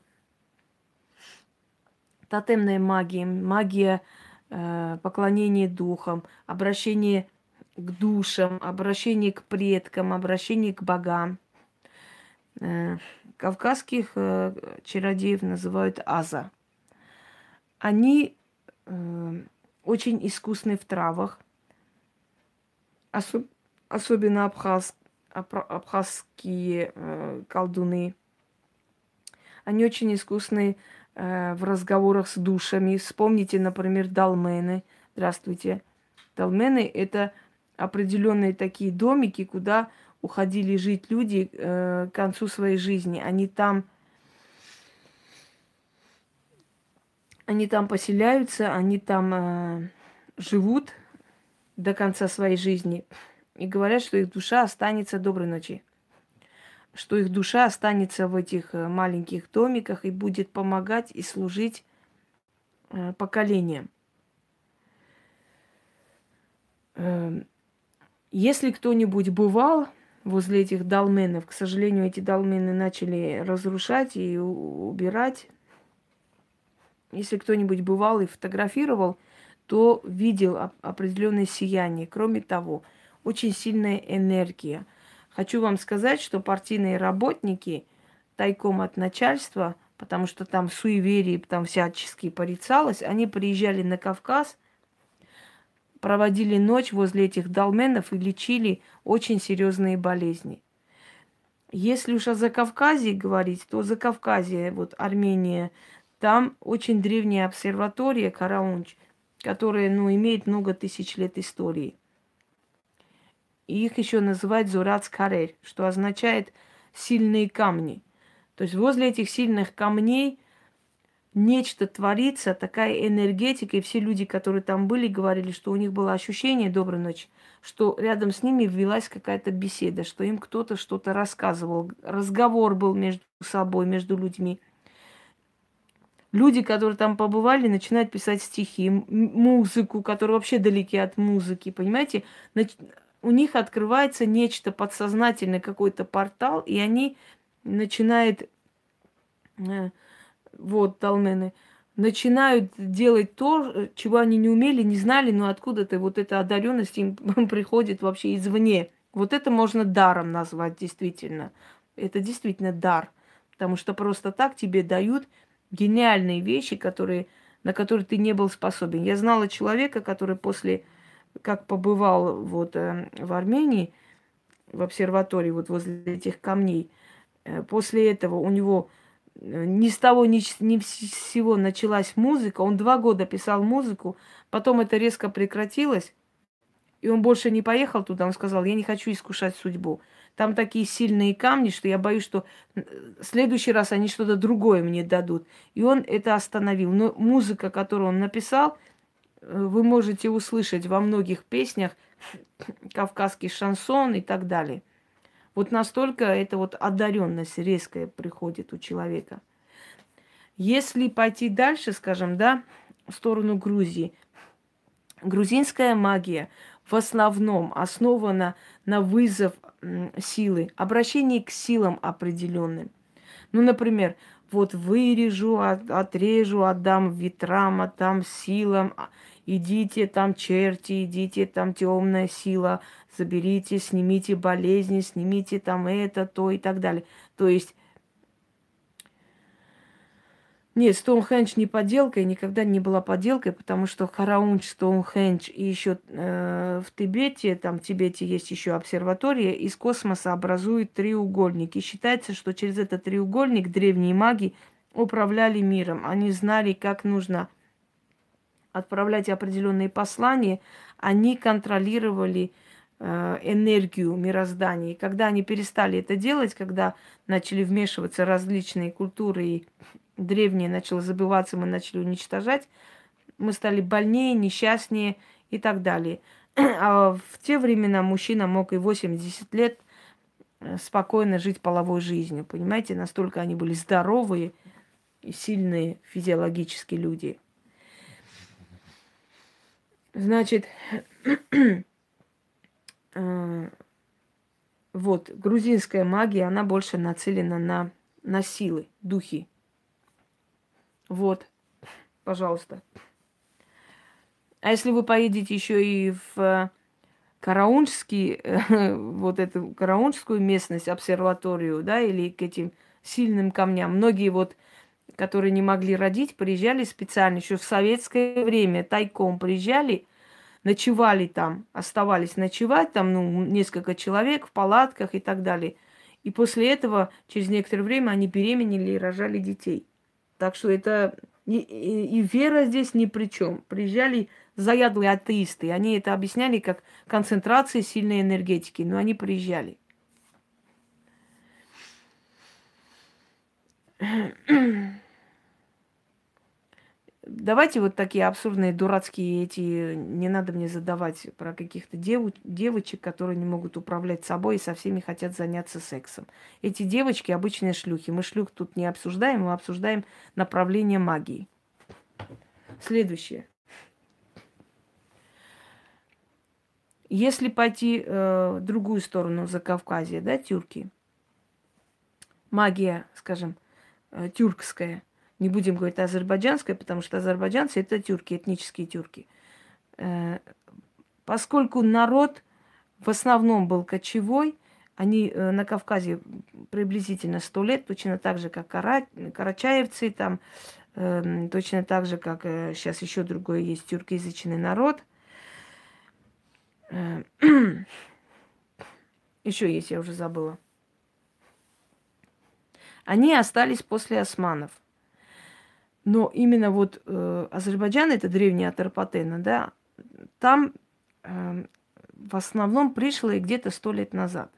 тотемная магия, магия э, поклонения духам, обращение к душам, обращение к предкам, обращение к богам. Э, кавказских э, чародеев называют аза. Они э, очень искусны в травах, особ- особенно абхаз, абра- абхазские э, колдуны. Они очень искусны э, в разговорах с душами. Вспомните, например, долмены. Здравствуйте. Долмены – это определенные такие домики, куда уходили жить люди э, к концу своей жизни. Они там, они там поселяются, они там э, живут до конца своей жизни. И говорят, что их душа останется, доброй ночи, что их душа останется в этих э, маленьких домиках и будет помогать и служить э, поколениям. Эм, Если кто-нибудь бывал возле этих долменов, к сожалению, эти долмены начали разрушать и у- убирать. Если кто-нибудь бывал и фотографировал, то видел оп- определенное сияние. Кроме того, очень сильная энергия. Хочу вам сказать, что партийные работники тайком от начальства, потому что там суеверие, там всячески порицалось, они приезжали на Кавказ, проводили ночь возле этих долменов и лечили очень серьезные болезни. Если уж о Закавказье говорить, то Закавказье, вот Армения, там очень древняя обсерватория Караунч, которая, ну, имеет много тысяч лет истории. И их еще называют Зурац-Карель, что означает сильные камни. То есть возле этих сильных камней нечто творится, такая энергетика, и все люди, которые там были, говорили, что у них было ощущение, доброй ночи, что рядом с ними велась какая-то беседа, что им кто-то что-то рассказывал, разговор был между собой, между людьми. Люди, которые там побывали, начинают писать стихи, м- музыку, которые вообще далеки от музыки, понимаете? Нач- У них открывается нечто подсознательное, какой-то портал, и они начинают э, вот, долмены, начинают делать то, чего они не умели, не знали, но откуда-то вот эта одаренность им приходит вообще извне. Вот это можно даром назвать, действительно. Это действительно дар. Потому что просто так тебе дают гениальные вещи, которые, на которые ты не был способен. Я знала человека, который после, как побывал вот э, в Армении, в обсерватории, вот возле этих камней, э, после этого у него э, ни с того, ни, с ни с сего началась музыка. Он два года писал музыку, потом это резко прекратилось, и он больше не поехал туда. Он сказал, я не хочу искушать судьбу. Там такие сильные камни, что я боюсь, что э, в следующий раз они что-то другое мне дадут. И он это остановил. Но музыка, которую он написал, э, вы можете услышать во многих песнях, кавказский шансон и так далее. Вот настолько это вот одаренность резкая приходит у человека. Если пойти дальше, скажем, да, в сторону Грузии, грузинская магия в основном основана на вызов м, силы, обращении к силам определенным. Ну, например, вот вырежу, от- отрежу, отдам ветрам, отдам силам, а, идите там черти, идите там темная сила, заберите, снимите болезни, снимите там это, то и так далее. То есть Нет, Стоунхендж не подделка и никогда не была подделкой, потому что Хараунч, Стоунхендж и еще э, в Тибете, там в Тибете есть еще обсерватория, из космоса образует треугольник. И считается, что через этот треугольник древние маги управляли миром. Они знали, как нужно отправлять определенные послания, они контролировали э, энергию мироздания. И когда они перестали это делать, когда начали вмешиваться различные культуры и древнее начало забываться, мы начали уничтожать, мы стали больнее, несчастнее и так далее. А в те времена мужчина мог и восемьдесят лет спокойно жить половой жизнью, понимаете? Настолько они были здоровые и сильные физиологически люди. Значит, вот, грузинская магия, она больше нацелена на, на силы, духи. Вот, пожалуйста. А если вы поедете еще и в Караунский, вот эту караунскую местность, обсерваторию, да, или к этим сильным камням, многие вот, которые не могли родить, приезжали специально еще в советское время, тайком приезжали, ночевали там, оставались ночевать, там, ну, несколько человек в палатках и так далее. И после этого, через некоторое время, они беременели и рожали детей. Так что это и, и, и вера здесь ни при чем. Приезжали заядлые атеисты. Они это объясняли как концентрация сильной энергетики. Но они приезжали. Давайте вот такие абсурдные, дурацкие эти... Не надо мне задавать про каких-то дев... девочек, которые не могут управлять собой и со всеми хотят заняться сексом. Эти девочки обычные шлюхи. Мы шлюх тут не обсуждаем, мы обсуждаем направление магии. Следующее. Если пойти э, в другую сторону Закавказья, да, тюрки, магия, скажем, э, тюркская, не будем говорить азербайджанская, потому что азербайджанцы – это тюрки, этнические тюрки. Э, поскольку народ в основном был кочевой, они э, на Кавказе приблизительно сто лет, точно так же, как кара... карачаевцы, там, э, точно так же, как э, сейчас еще другой есть тюркоязычный народ. Еще есть, я уже забыла. Они остались после османов. Но именно вот э, Азербайджан, это древняя Атарпатена, да, там э, в основном пришло где-то сто лет назад.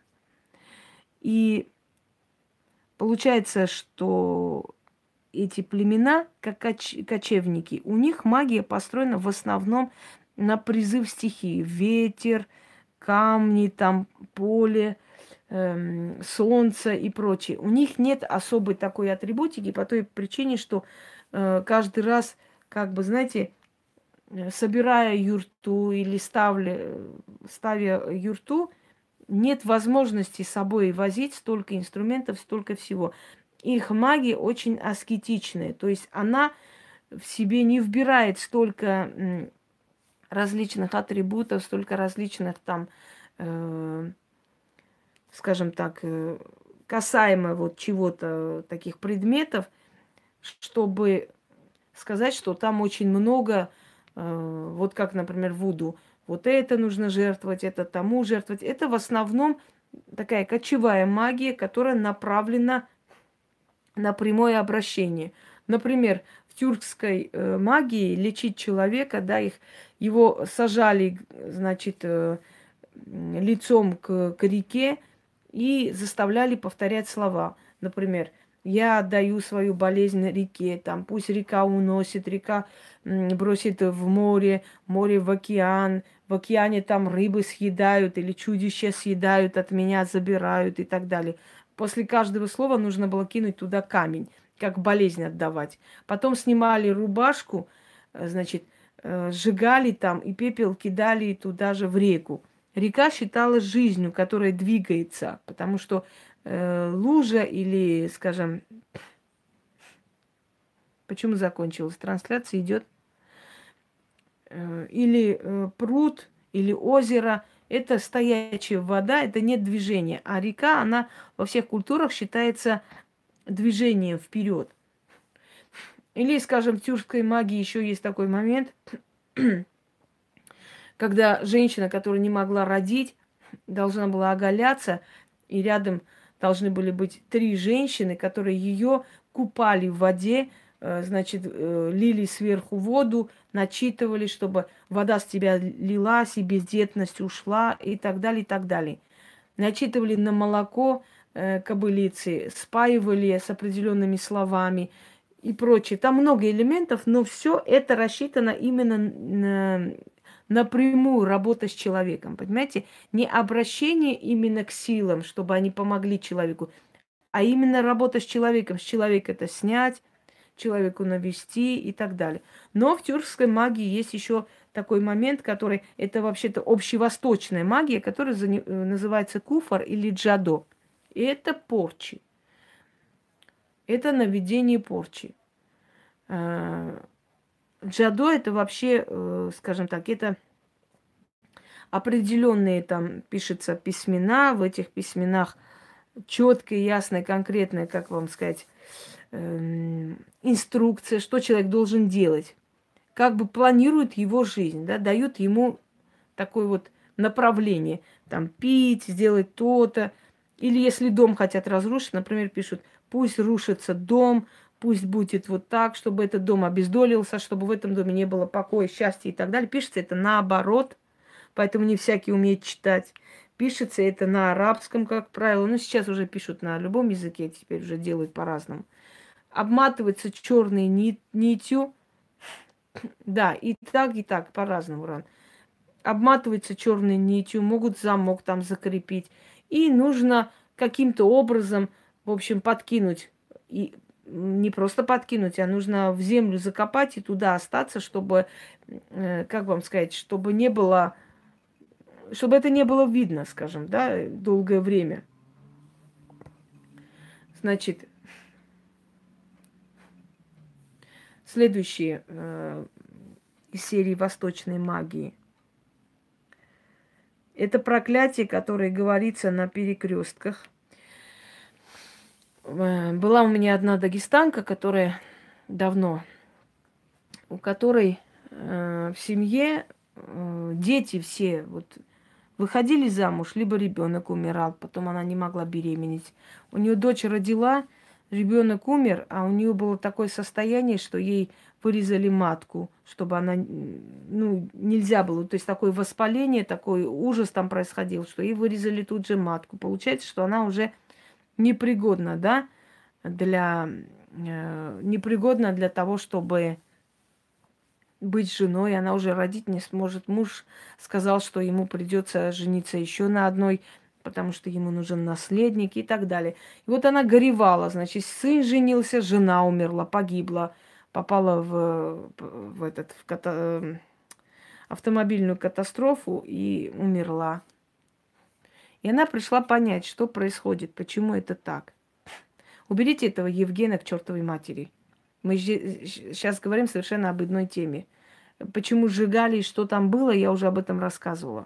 И получается, что эти племена, как коч- кочевники, у них магия построена в основном на призыв стихии. Ветер, камни, там, поле, эм, солнце и прочее. У них нет особой такой атрибутики по той причине, что э, каждый раз, как бы, знаете, собирая юрту или ставля, ставя юрту, нет возможности с собой возить столько инструментов, столько всего. Их магия очень аскетичная, то есть она в себе не вбирает столько различных атрибутов, столько различных там, э, скажем так, э, касаемо вот чего-то, таких предметов, чтобы сказать, что там очень много, э, вот как, например, вуду, вот это нужно жертвовать, это тому жертвовать. Это в основном такая кочевая магия, которая направлена на прямое обращение. Например, в тюркской э, магии лечить человека, да, их, его сажали, значит, э, лицом к, к реке и заставляли повторять слова. Например, я отдаю свою болезнь реке, там, пусть река уносит, река м, бросит в море, море в океан, в океане там рыбы съедают или чудища съедают, от меня забирают и так далее. После каждого слова нужно было кинуть туда камень, как болезнь отдавать. Потом снимали рубашку, значит, сжигали там и пепел кидали туда же в реку. Река считалась жизнью, которая двигается, потому что э, лужа или, скажем, почему закончилась? Трансляция идет. Э, или э, пруд, или озеро. Это стоячая вода, это нет движения. А река, она во всех культурах считается движением вперед. Или, скажем, в тюркской магии еще есть такой момент, когда женщина, которая не могла родить, должна была оголяться, и рядом должны были быть три женщины, которые ее купали в воде, э, значит, э, лили сверху воду, начитывали, чтобы вода с тебя лилась, и бездетность ушла, и так далее, и так далее. Начитывали на молоко э, кобылицы, спаивали с определенными словами и прочее. Там много элементов, но все это рассчитано именно на, напрямую работа с человеком, понимаете? Не обращение именно к силам, чтобы они помогли человеку, а именно работа с человеком. С человека это снять, человеку навести и так далее. Но в тюркской магии есть еще такой момент, который это вообще-то общевосточная магия, которая зани- э, называется куфар или джадо. И это порчи. Это наведение порчи. Э, Джадо это вообще, э, скажем так, это определенные там пишется письмена, в этих письменах четкое, ясное, конкретное, как вам сказать, эм, инструкция, что человек должен делать, как бы планирует его жизнь, да, дают ему такое вот направление, там пить, сделать то-то, или если дом хотят разрушить, например, пишут, пусть рушится дом, пусть будет вот так, чтобы этот дом обездолился, чтобы в этом доме не было покоя, счастья и так далее. Пишется это наоборот, поэтому не всякий умеет читать. Пишется это на арабском, как правило. Ну, сейчас уже пишут на любом языке, теперь уже делают по-разному. Обматывается черной нит, нитью. Да, и так, и так, по-разному, Ран. Обматывается черной нитью, могут замок там закрепить. И нужно каким-то образом, в общем, подкинуть. И не просто подкинуть, а нужно в землю закопать и туда остаться, чтобы, э, как вам сказать, чтобы не было, чтобы это не было видно, скажем, да, долгое время. Значит, следующие э, из серии восточной магии. Это проклятие, которое говорится на перекрестках. Э, Была у меня одна дагестанка, которая давно, у которой э, в семье э, дети все вот выходили замуж, либо ребенок умирал, потом она не могла беременеть. У нее дочь родила, ребенок умер, а у нее было такое состояние, что ей вырезали матку, чтобы она, ну, нельзя было. То есть такое воспаление, такой ужас там происходил, что ей вырезали тут же матку. Получается, что она уже непригодна, да, для, э, непригодна для того, чтобы быть женой, она уже родить не сможет. Муж сказал, что ему придется жениться еще на одной, потому что ему нужен наследник и так далее. И вот она горевала, значит, сын женился, жена умерла, погибла, попала в, в этот в ката- автомобильную катастрофу и умерла. И она пришла понять, что происходит, почему это так. Уберите этого Евгена к чертовой матери. Мы сейчас говорим совершенно об одной теме. Почему сжигали и что там было, я уже об этом рассказывала.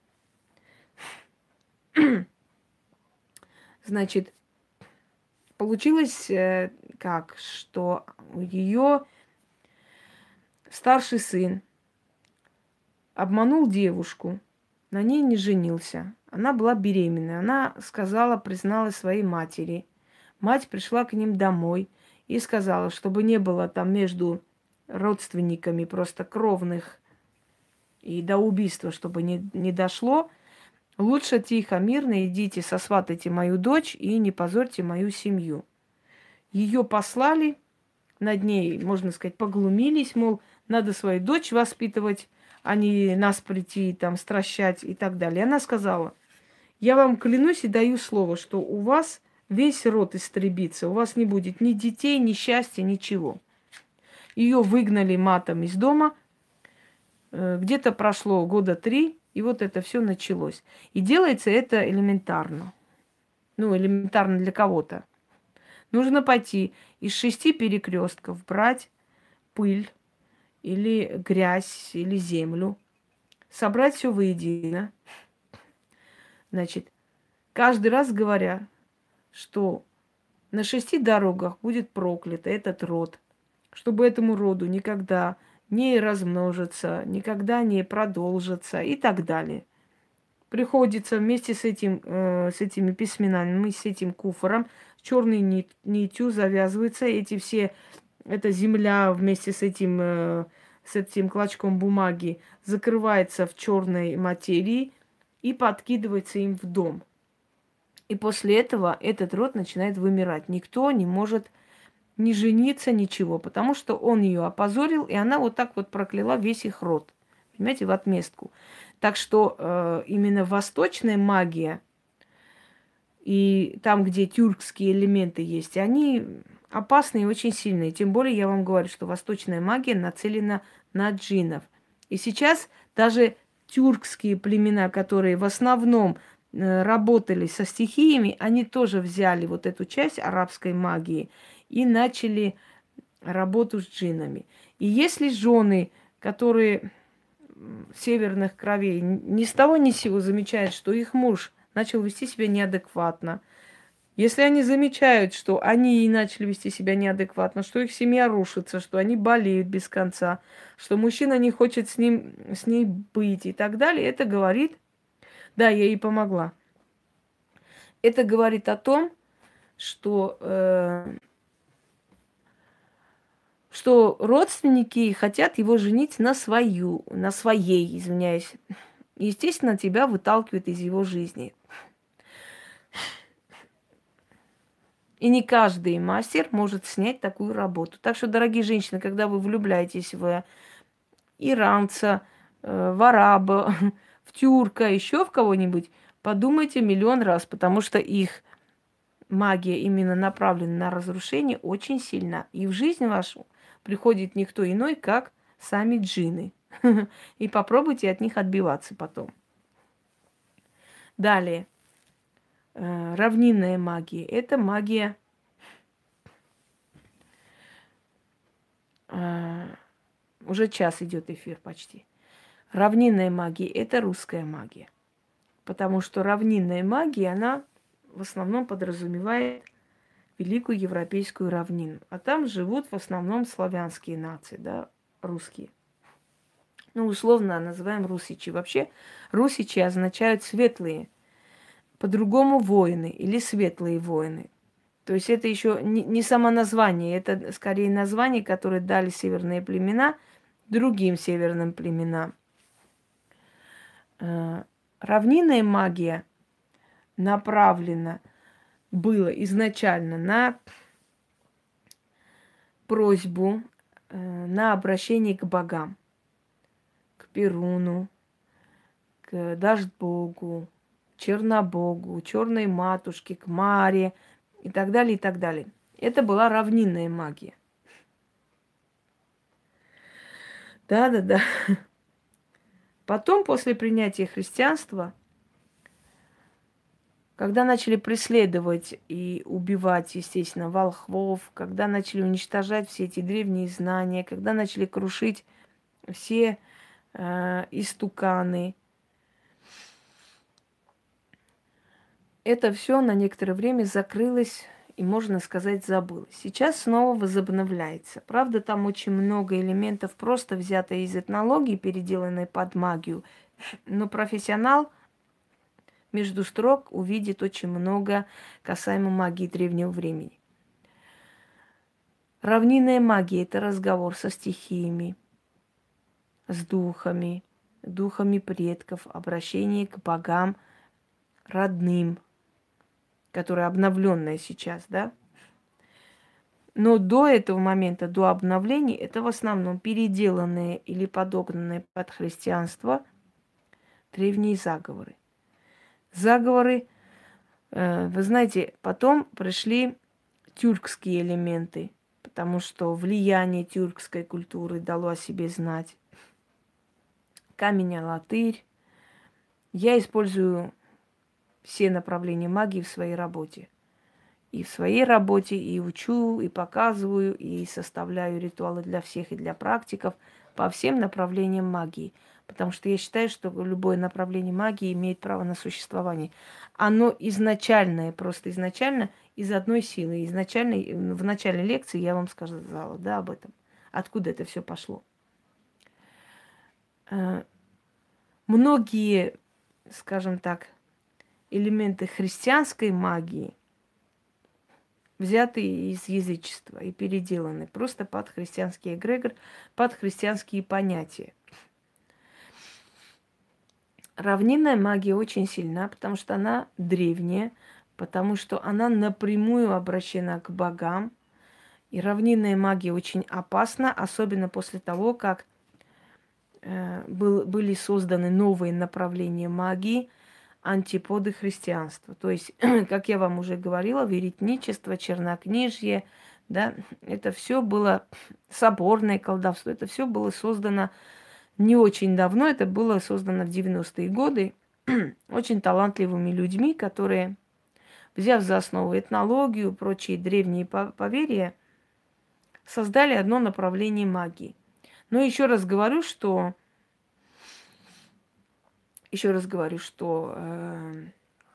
Значит, получилось э, как, что ее старший сын обманул девушку, на ней не женился. Она была беременна. Она сказала, призналась своей матери. Мать пришла к ним домой и сказала, чтобы не было там между родственниками просто кровных и до убийства, чтобы не, не дошло, лучше тихо, мирно идите, сосватайте мою дочь и не позорьте мою семью. Ее послали, над ней, можно сказать, поглумились, мол, надо свою дочь воспитывать, а не нас прийти, там, стращать и так далее. Она сказала, я вам клянусь и даю слово, что у вас весь род истребится, у вас не будет ни детей, ни счастья, ничего. Ее выгнали матом из дома, где-то прошло года три, и вот это все началось. И делается это элементарно. Ну, элементарно для кого-то. Нужно пойти из шести перекрестков, брать пыль или грязь, или землю, собрать все воедино. Значит, каждый раз говоря, что на шести дорогах будет проклят этот род. чтобы этому роду никогда не размножиться, никогда не продолжиться и так далее. Приходится вместе с, этим, э, с этими письменами, с этим куфором, черной нит, нитью завязываются эти все, эта земля вместе с этим, э, с этим клочком бумаги закрывается в черной материи и подкидывается им в дом. И после этого этот род начинает вымирать. Никто не может не жениться, ничего, потому что он ее опозорил, и она вот так вот прокляла весь их род. Понимаете, в отместку. Так что э, именно восточная магия и там, где тюркские элементы есть, они опасные и очень сильные. Тем более я вам говорю, что восточная магия нацелена на джиннов. И сейчас даже тюркские племена, которые в основном э, работали со стихиями, они тоже взяли вот эту часть арабской магии и начали работу с джиннами. И если жены, которые северных кровей ни с того ни с сего замечают, что их муж начал вести себя неадекватно, если они замечают, что они и начали вести себя неадекватно, что их семья рушится, что они болеют без конца, что мужчина не хочет с ним, с ней быть и так далее, это говорит, да, я ей помогла. Это говорит о том, что э, что родственники хотят его женить на свою, на своей, извиняюсь. Естественно, тебя выталкивают из его жизни. И не каждый мастер может снять такую работу. Так что, дорогие женщины, когда вы влюбляетесь в иранца, в араба, в тюрка, еще в кого-нибудь, подумайте миллион раз, потому что их магия именно направлена на разрушение очень сильна. И в жизнь вашу приходит никто иной, как сами джинны. И попробуйте от них отбиваться потом. Далее. Равнинная магия. Это магия уже час идет эфир почти. Равнинная магия – это русская магия. Потому что равнинная магия, она в основном подразумевает великую европейскую равнину. А там живут в основном славянские нации, да, русские. Ну, условно называем русичи. Вообще русичи означают светлые, по-другому воины или светлые воины. То есть это еще не, не само название, это скорее название, которое дали северные племена другим северным племенам. Равнинная магия направлена была изначально на просьбу, на обращение к богам, к Перуну, к Дождь-богу, Чернобогу, Черной матушке, к Маре и так далее, и так далее. Это была равнинная магия. Да-да-да. Потом, после принятия христианства, когда начали преследовать и убивать, естественно, волхвов, когда начали уничтожать все эти древние знания, когда начали крушить все э, истуканы, это все на некоторое время закрылось и, можно сказать, забылось. Сейчас снова возобновляется. Правда, там очень много элементов, просто взятые из этнологии, переделанные под магию. Но профессионал между строк увидит очень много касаемо магии древнего времени. Равнинная магия – это разговор со стихиями, с духами, духами предков, обращение к богам родным, которое обновленное сейчас, да? Но до этого момента, до обновления, это в основном переделанные или подогнанные под христианство древние заговоры. Заговоры, э, вы знаете, потом пришли тюркские элементы, потому что влияние тюркской культуры дало о себе знать. Камень-алатырь. Я использую все направления магии в своей работе. И в своей работе, и учу, и показываю, и составляю ритуалы для всех и для практиков по всем направлениям магии. Потому что я считаю, что любое направление магии имеет право на существование. Оно изначальное, просто изначально из одной силы. Изначально, в начале лекции я вам сказала, да, об этом. откуда это все пошло. Многие, скажем так, элементы христианской магии взяты из язычества и переделаны просто под христианский эгрегор, под христианские понятия. Равнинная магия очень сильна, потому что она древняя, потому что она напрямую обращена к богам. И равнинная магия очень опасна, особенно после того, как э, был, были созданы новые направления магии, антиподы христианства. То есть, как я вам уже говорила, веретничество, чернокнижье, да, это все было соборное колдовство, это все было создано не очень давно, это было создано в девяностые годы очень талантливыми людьми, которые, взяв за основу этнологию, прочие древние поверья, создали одно направление магии. Но еще раз говорю, что еще раз говорю, что э,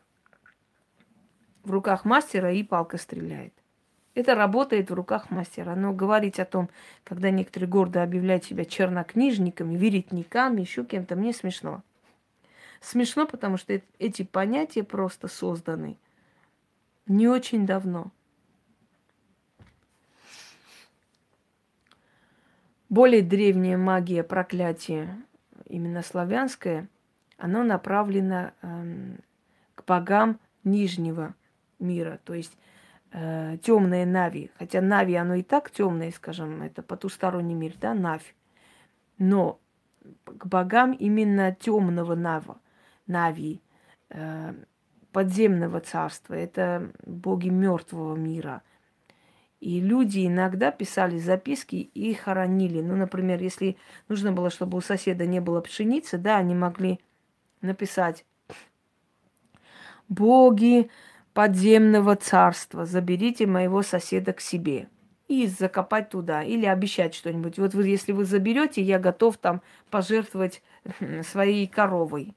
в руках мастера и палка стреляет. Это работает в руках мастера. Но говорить о том, когда некоторые гордо объявляют себя чернокнижниками, веретниками, еще кем-то, мне смешно. Смешно, потому что эти понятия просто созданы не очень давно. Более древняя магия проклятия, именно славянская, она направлена э, к богам нижнего мира, то есть э, темные Нави. Хотя Нави, оно и так темное, скажем, это потусторонний мир, да, Навь. Но к богам именно темного Нава, Нави, э, подземного царства, это боги мертвого мира. И люди иногда писали записки и хоронили. Ну, например, если нужно было, чтобы у соседа не было пшеницы, да, они могли написать: «Боги подземного царства, заберите моего соседа к себе». И закопать туда. Или обещать что-нибудь. Вот вы, если вы заберете, я готов там пожертвовать своей коровой.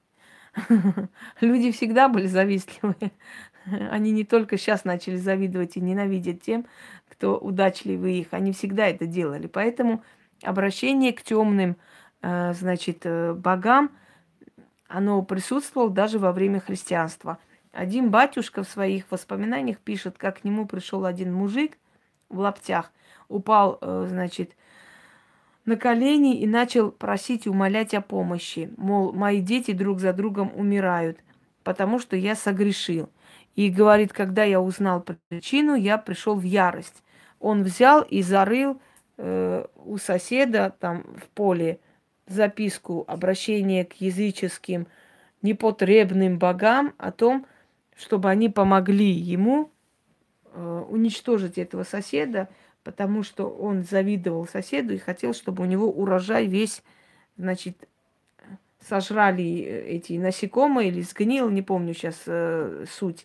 Люди всегда были завистливые. Они не только сейчас начали завидовать и ненавидеть тем, кто удачливый их. Они всегда это делали. Поэтому обращение к темным, значит, богам, оно присутствовало даже во время христианства. Один батюшка в своих воспоминаниях пишет, как к нему пришел один мужик в лаптях, упал, значит, на колени и начал просить и умолять о помощи. Мол, мои дети друг за другом умирают, потому что я согрешил. И говорит, когда я узнал причину, я пришел в ярость. Он взял и зарыл э, у соседа там в поле записку, обращение к языческим непотребным богам о том, чтобы они помогли ему э, уничтожить этого соседа, потому что он завидовал соседу и хотел, чтобы у него урожай весь, значит, сожрали эти насекомые или сгнил, не помню сейчас э, суть.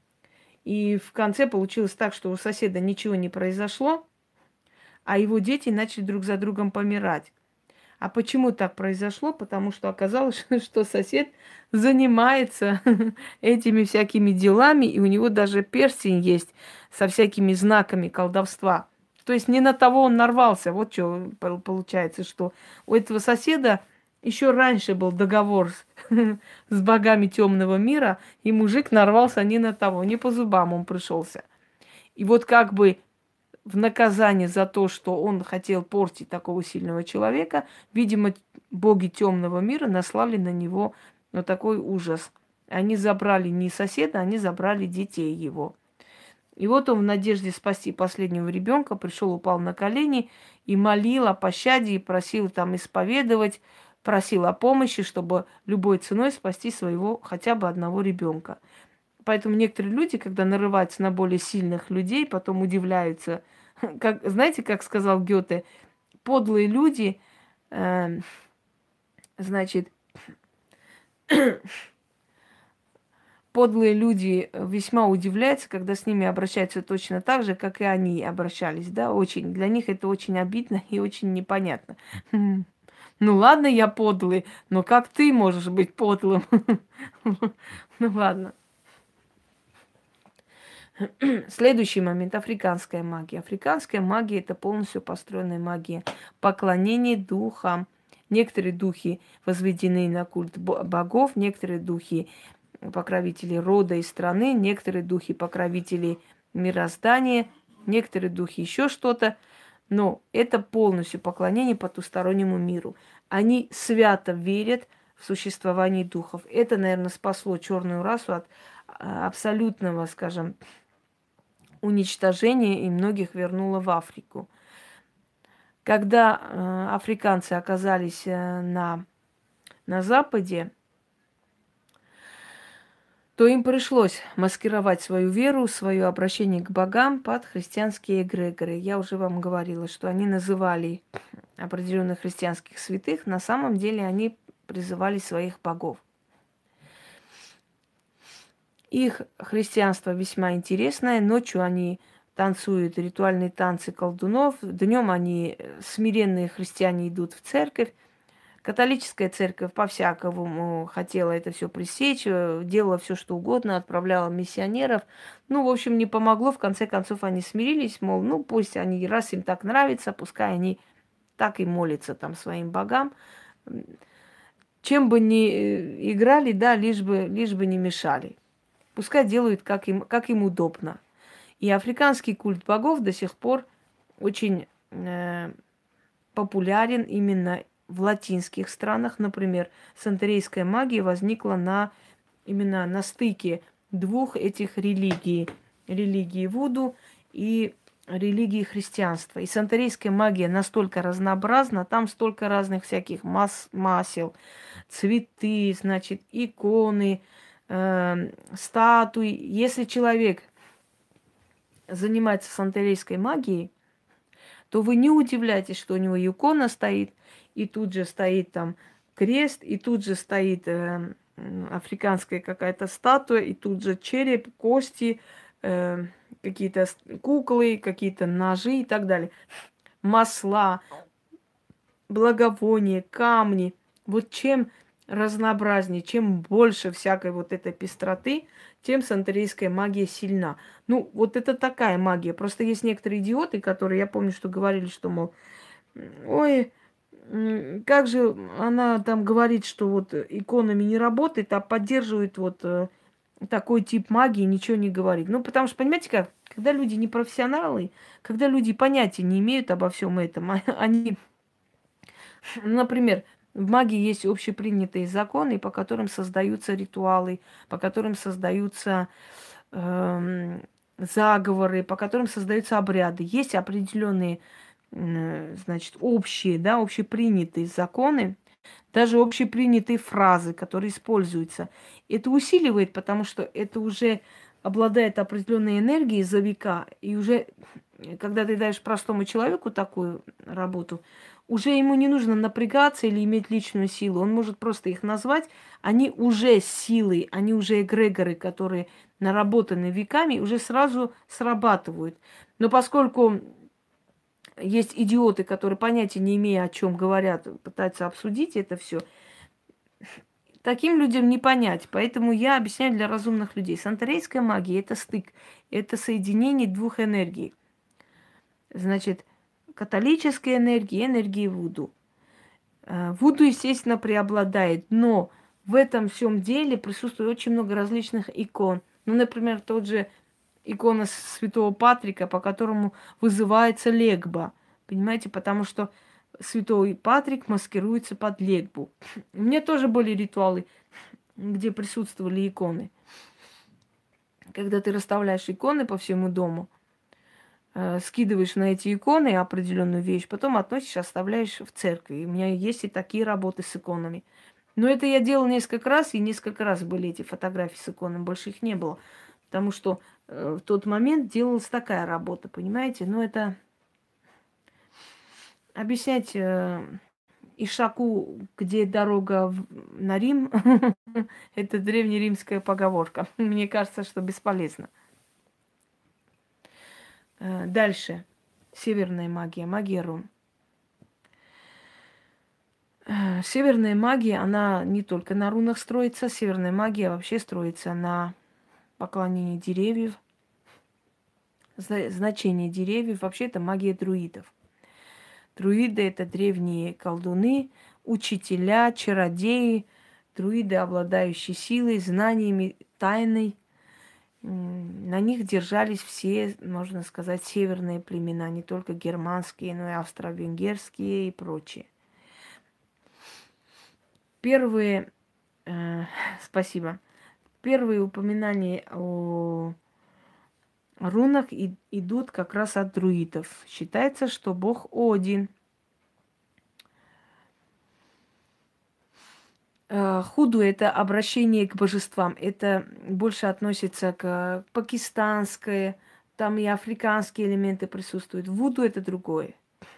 И в конце получилось так, что у соседа ничего не произошло, а его дети начали друг за другом помирать. А почему так произошло? Потому что оказалось, что сосед занимается этими всякими делами, и у него даже перстень есть со всякими знаками колдовства. То есть не на того он нарвался. Вот что получается, что у этого соседа еще раньше был договор с, с богами темного мира, и мужик нарвался не на того, не по зубам он пришелся. И вот как бы в наказание за то, что он хотел портить такого сильного человека, видимо, боги темного мира наслали на него вот такой ужас. Они забрали не соседа, они забрали детей его. И вот он в надежде спасти последнего ребенка пришел, упал на колени и молил о пощаде, и просил там исповедовать, просил о помощи, чтобы любой ценой спасти своего хотя бы одного ребенка. Поэтому некоторые люди, когда нарываются на более сильных людей, потом удивляются. Как, знаете, как сказал Гёте, подлые люди, э, значит, подлые люди весьма удивляются, когда с ними обращаются точно так же, как и они обращались, да, очень. Для них это очень обидно и очень непонятно. Ну ладно, я подлый, но как ты можешь быть подлым? Ну ладно. Следующий момент – африканская магия. Африканская магия – это полностью построенная магия поклонения духам. Некоторые духи возведены на культ богов, некоторые духи покровители рода и страны, некоторые духи покровители мироздания, некоторые духи еще что-то. Но это полностью поклонение потустороннему миру. Они свято верят в существование духов. Это, наверное, спасло черную расу от абсолютного, скажем, уничтожения и многих вернуло в Африку. Когда э, африканцы оказались э, на, на Западе, то им пришлось маскировать свою веру, свое обращение к богам под христианские эгрегоры. Я уже вам говорила, что они называли определенных христианских святых, на самом деле они призывали своих богов. Их христианство весьма интересное. Ночью они танцуют ритуальные танцы колдунов. Днем они, смиренные христиане, идут в церковь. Католическая церковь по-всякому хотела это все пресечь, делала все, что угодно, отправляла миссионеров. Ну, в общем, не помогло. В конце концов, они смирились, мол, ну, пусть они, раз им так нравится, пускай они так и молятся там своим богам. Чем бы ни играли, да, лишь бы, лишь бы не мешали. Пускай делают, как им, как им удобно. И африканский культ богов до сих пор очень э, популярен именно в латинских странах. Например, сантерейская магия возникла на, именно на стыке двух этих религий. Религии Вуду и религии христианства. И сантерейская магия настолько разнообразна, там столько разных всяких мас масел, цветы, значит, иконы, э, статуи. Если человек занимается сантерейской магией, то вы не удивляйтесь, что у него икона стоит, и тут же стоит там крест, и тут же стоит э, африканская какая-то статуя, и тут же череп, кости, э, какие-то куклы, какие-то ножи и так далее. Масла, благовония, камни. Вот чем разнообразнее, чем больше всякой вот этой пестроты, тем сантерийская магия сильна. Ну, вот это такая магия. Просто есть некоторые идиоты, которые, я помню, что говорили, что, мол, ой, как же она там говорит, что вот иконами не работает, а поддерживает вот такой тип магии, ничего не говорит. Ну, потому что, понимаете как, когда люди не профессионалы, когда люди понятия не имеют обо всем этом, они, например, в магии есть общепринятые законы, по которым создаются ритуалы, по которым создаются э, заговоры, по которым создаются обряды. Есть определенные, э, значит, общие, да, общепринятые законы, даже общепринятые фразы, которые используются. Это усиливает, потому что это уже обладает определенной энергией за века, и уже, когда ты даешь простому человеку такую работу, уже ему не нужно напрягаться или иметь личную силу. Он может просто их назвать. Они уже силы, они уже эгрегоры, которые наработаны веками, уже сразу срабатывают. Но поскольку есть идиоты, которые понятия не имея, о чем говорят, пытаются обсудить это все, таким людям не понять. Поэтому я объясняю для разумных людей. Сантерейская магия – это стык, это соединение двух энергий. Значит, католической энергии, энергии Вуду. Вуду, естественно, преобладает, но в этом всем деле присутствует очень много различных икон. Ну, например, тот же икона святого Патрика, по которому вызывается легба. Понимаете, потому что святой Патрик маскируется под легбу. У меня тоже были ритуалы, где присутствовали иконы. Когда ты расставляешь иконы по всему дому, скидываешь на эти иконы определенную вещь, потом относишь, оставляешь в церкви. И у меня есть и такие работы с иконами. Но это я делала несколько раз, и несколько раз были эти фотографии с иконами, больше их не было. Потому что э, в тот момент делалась такая работа, понимаете? Но это объяснять э, Ишаку, где дорога в, на Рим, это древнеримская поговорка. Мне кажется, что бесполезно. Дальше. Северная магия, магия рун. Северная магия, она не только на рунах строится, северная магия вообще строится на поклонении деревьев, зна- значение деревьев. Вообще это магия друидов. Друиды – это древние колдуны, учителя, чародеи, друиды, обладающие силой, знаниями, тайной. М, На них держались все, можно сказать, северные племена, не только германские, но и австро-венгерские и прочие. Первые, э, спасибо, первые упоминания о рунах и- идут как раз от друидов. Считается, что бог Один. Э, Худу – это обращение к божествам. Это больше относится к пакистанской, там и африканские элементы присутствуют. Вуду – это другое.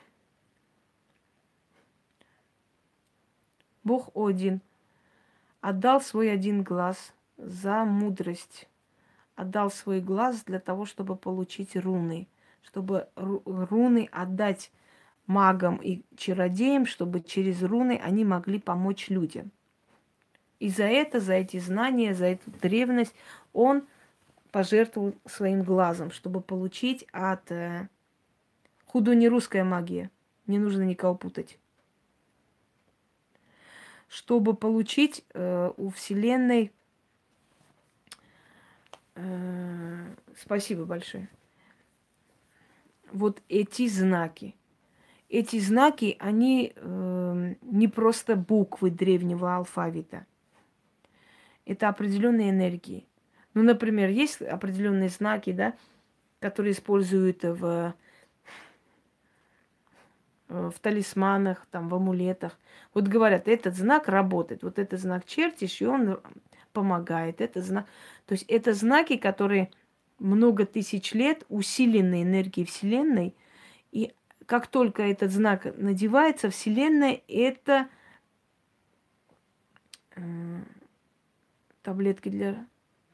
Бог Один отдал свой один глаз за мудрость. Отдал свой глаз для того, чтобы получить руны. Чтобы ру- руны отдать магам и чародеям, чтобы через руны они могли помочь людям. И за это, за эти знания, за эту древность он пожертвовал своим глазом, чтобы получить от... Э, худу не русская магия, не нужно никого путать. Чтобы получить э, у Вселенной... Э, спасибо большое. Вот эти знаки. Эти знаки, они э, не просто буквы древнего алфавита. Это определенные энергии. Ну, например, есть определенные знаки, да, которые используют в, в талисманах, там, в амулетах. Вот говорят, этот знак работает, вот этот знак чертишь, и он помогает. Это знак... То есть это знаки, которые много тысяч лет усилены энергией Вселенной, и как только этот знак надевается, Вселенная это э, таблетки для...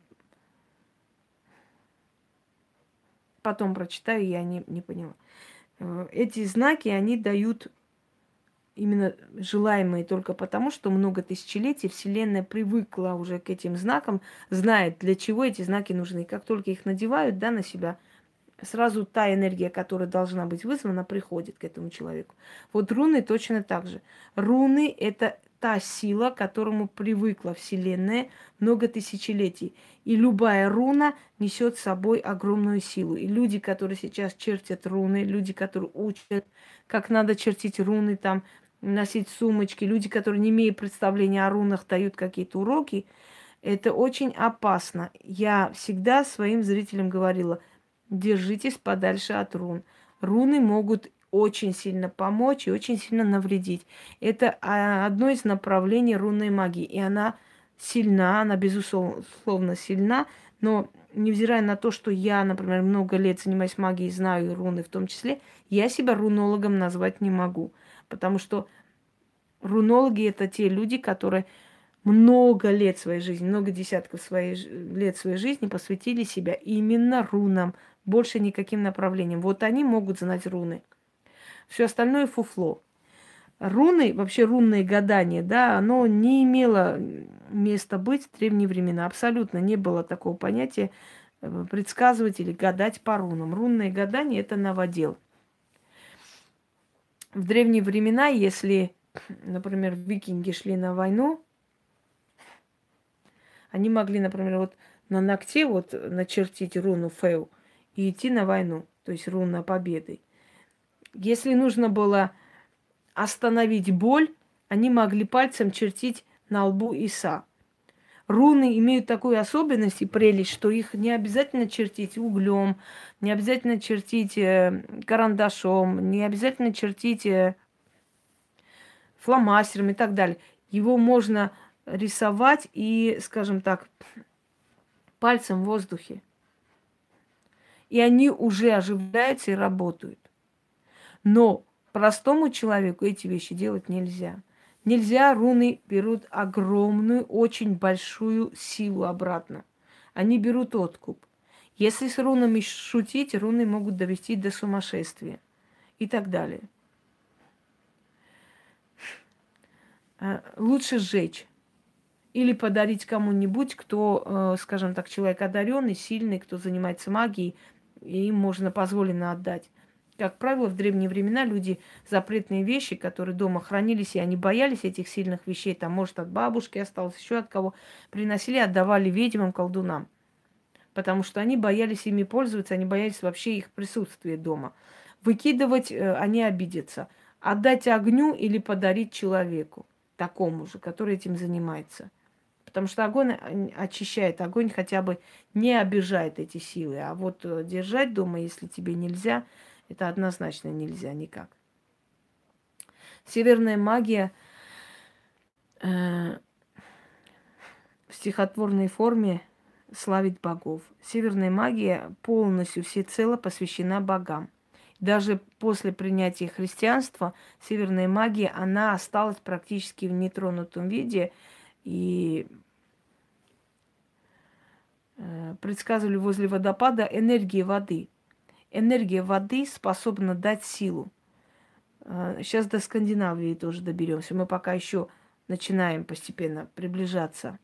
Потом прочитаю, я не, не поняла. Э, Эти знаки, они дают именно желаемые только потому, что много тысячелетий Вселенная привыкла уже к этим знакам, знает, для чего эти знаки нужны. И как только их надевают, да, на себя, сразу та энергия, которая должна быть вызвана, приходит к этому человеку. Вот руны точно так же. Руны – это та сила, к которому привыкла Вселенная много тысячелетий. И любая руна несет с собой огромную силу. И люди, которые сейчас чертят руны, люди, которые учат, как надо чертить руны, там, носить сумочки, люди, которые не имеют представления о рунах, дают какие-то уроки, это очень опасно. Я всегда своим зрителям говорила, держитесь подальше от рун. Руны могут очень сильно помочь и очень сильно навредить. Это а, одно из направлений рунной магии. И она сильна, она безусловно сильна, но невзирая на то, что я, например, много лет занимаюсь магией, знаю руны в том числе, я себя рунологом назвать не могу. Потому что рунологи – это те люди, которые много лет своей жизни, много десятков своей, ж- лет своей жизни посвятили себя именно рунам, больше никаким направлением. Вот они могут знать руны. Все остальное фуфло. Руны, вообще рунные гадания, да, оно не имело места быть в древние времена. Абсолютно не было такого понятия э, предсказывать или гадать по рунам. Рунные гадания – это новодел. В древние времена, если, например, викинги шли на войну, они могли, например, вот на ногте вот начертить руну Феу и идти на войну, то есть руна победы. Если нужно было остановить боль, они могли пальцем чертить на лбу Иса. Руны имеют такую особенность и прелесть, что их не обязательно чертить углем, не обязательно чертить э, карандашом, не обязательно чертить э, фломастером и так далее. Его можно рисовать и, скажем так, пальцем в воздухе. И они уже оживляются и работают. Но простому человеку эти вещи делать нельзя. Нельзя, руны берут огромную, очень большую силу обратно. Они берут откуп. Если с рунами шутить, руны могут довести до сумасшествия и так далее. А, Лучше сжечь или подарить кому-нибудь, кто, э, скажем так, человек одаренный, сильный, кто занимается магией, и им можно позволено отдать. Как правило, в древние времена люди запретные вещи, которые дома хранились, и они боялись этих сильных вещей, там, может, от бабушки осталось, еще от кого, приносили, отдавали ведьмам, колдунам. Потому что они боялись ими пользоваться, они боялись вообще их присутствия дома. Выкидывать э, они обидятся. Отдать огню или подарить человеку, такому же, который этим занимается. Потому что огонь э, очищает, огонь хотя бы не обижает эти силы. А вот э, держать дома, если тебе нельзя, это однозначно нельзя никак. Северная магия э, в стихотворной форме славит богов. Северная магия полностью всецело посвящена богам. Даже после принятия христианства северная магия, она осталась практически в нетронутом виде. И э, предсказывали возле водопада энергии воды. Энергия воды способна дать силу. Э, сейчас до Скандинавии тоже доберемся. Мы пока еще начинаем постепенно приближаться.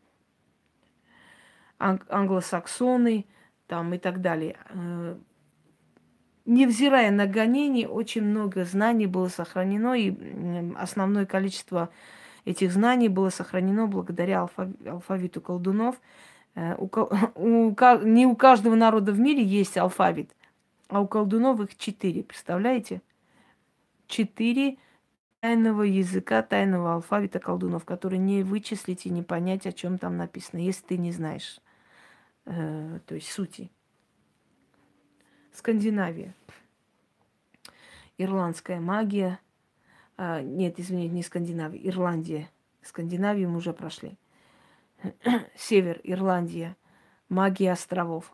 Ан- англосаксоны там и так далее. Э, невзирая на гонения, очень много знаний было сохранено, и м, основное количество этих знаний было сохранено благодаря алфав- алфавиту колдунов. Э, У, кол- у ка- не у каждого народа в мире есть алфавит, а у колдунов их четыре, представляете? Четыре тайного языка, тайного алфавита колдунов, который не вычислить и не понять, о чем там написано, если ты не знаешь, э, то есть сути. Скандинавия. Ирландская магия. А, нет, извините, не Скандинавия, Ирландия. Скандинавию мы уже прошли. Север, Ирландия. Магия островов.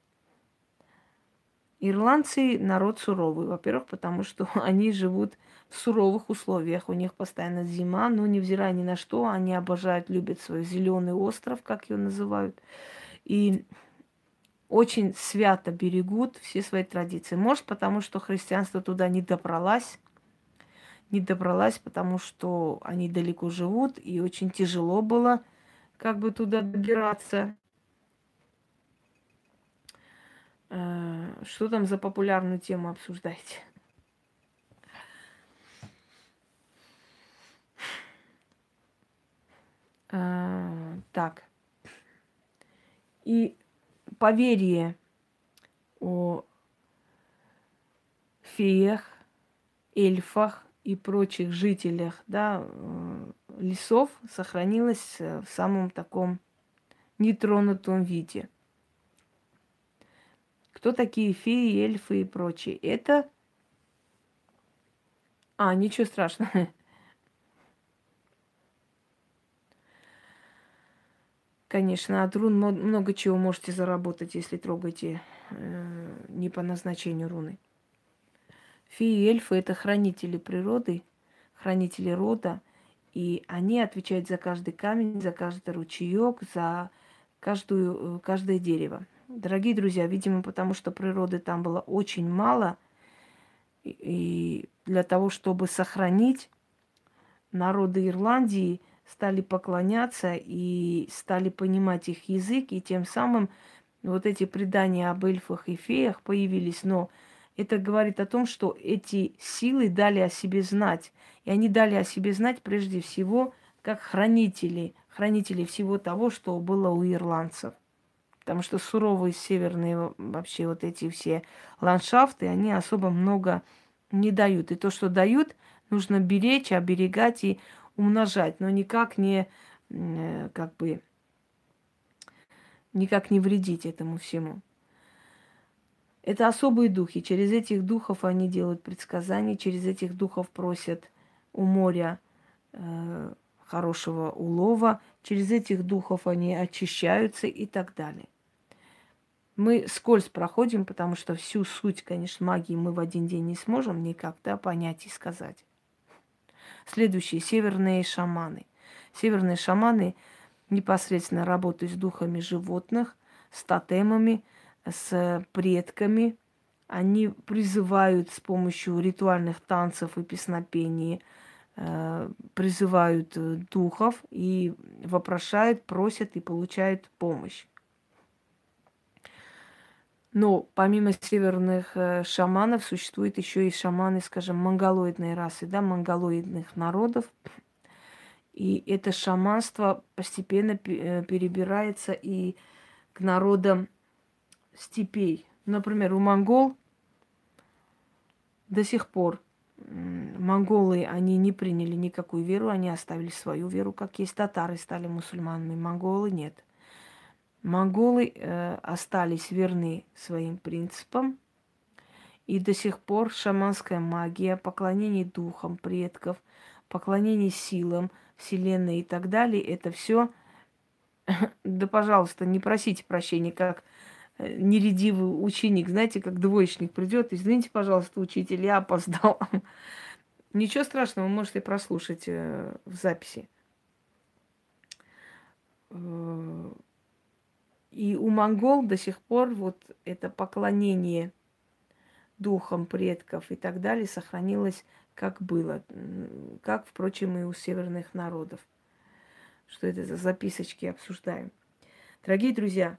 Ирландцы народ суровый, во-первых, потому что они живут в суровых условиях. У них постоянно зима, но невзирая ни на что, они обожают, любят свой зеленый остров, как его называют. И очень свято берегут все свои традиции. Может, потому что христианство туда не добралось, не добралась, потому что они далеко живут, и очень тяжело было как бы туда добираться. Э, Что там за популярную тему обсуждаете? Э, Так. И поверье о феях, эльфах и прочих жителях, да, э, лесов сохранилось э, в самом таком нетронутом виде. Кто такие феи, эльфы и прочие? Это... А, ничего страшного. Конечно, от рун мо- много чего можете заработать, если трогаете э, не по назначению руны. Феи и эльфы – это хранители природы, хранители рода, и они отвечают за каждый камень, за каждый ручеек, за каждую, э, каждое дерево. Дорогие друзья, видимо, потому что природы там было очень мало, и и для того, чтобы сохранить, народы Ирландии стали поклоняться и стали понимать их язык, и тем самым вот эти предания об эльфах и феях появились. Но это говорит о том, что эти силы дали о себе знать. И они дали о себе знать прежде всего как хранители, хранители всего того, что было у ирландцев. Потому что суровые северные вообще вот эти все ландшафты, они особо много не дают. И то, что дают, нужно беречь, оберегать и умножать, но никак не, э, как бы, никак не вредить этому всему. Это особые духи. Через этих духов они делают предсказания, через этих духов просят у моря э, хорошего улова, через этих духов они очищаются и так далее. Мы скользь проходим, потому что всю суть, конечно, магии мы в один день не сможем никак, да, понять и сказать. Следующие – северные шаманы. Северные шаманы непосредственно работают с духами животных, с тотемами, с предками. Они призывают с помощью ритуальных танцев и песнопений, э, призывают э, духов и вопрошают, просят и получают помощь. Но помимо северных э, шаманов существуют еще и шаманы, скажем, монголоидной расы, да, монголоидных народов. И это шаманство постепенно пе- э, перебирается и к народам степей. Например, у монгол до сих пор м, монголы, они не приняли никакую веру, они оставили свою веру, как есть. Татары стали мусульманами, монголы нет. Монголы э, остались верны своим принципам, и до сих пор шаманская магия, поклонение духам предков, поклонение силам Вселенной и так далее, это все, да, пожалуйста, не просите прощения, как э, нередивый ученик, знаете, как двоечник придет, извините, пожалуйста, учитель, я опоздал. Ничего страшного, вы можете прослушать э, в записи. Э, И у монгол до сих пор вот это поклонение духам предков и так далее сохранилось как было, м, как, впрочем, и у северных народов. Что это за записочки обсуждаем. Дорогие друзья,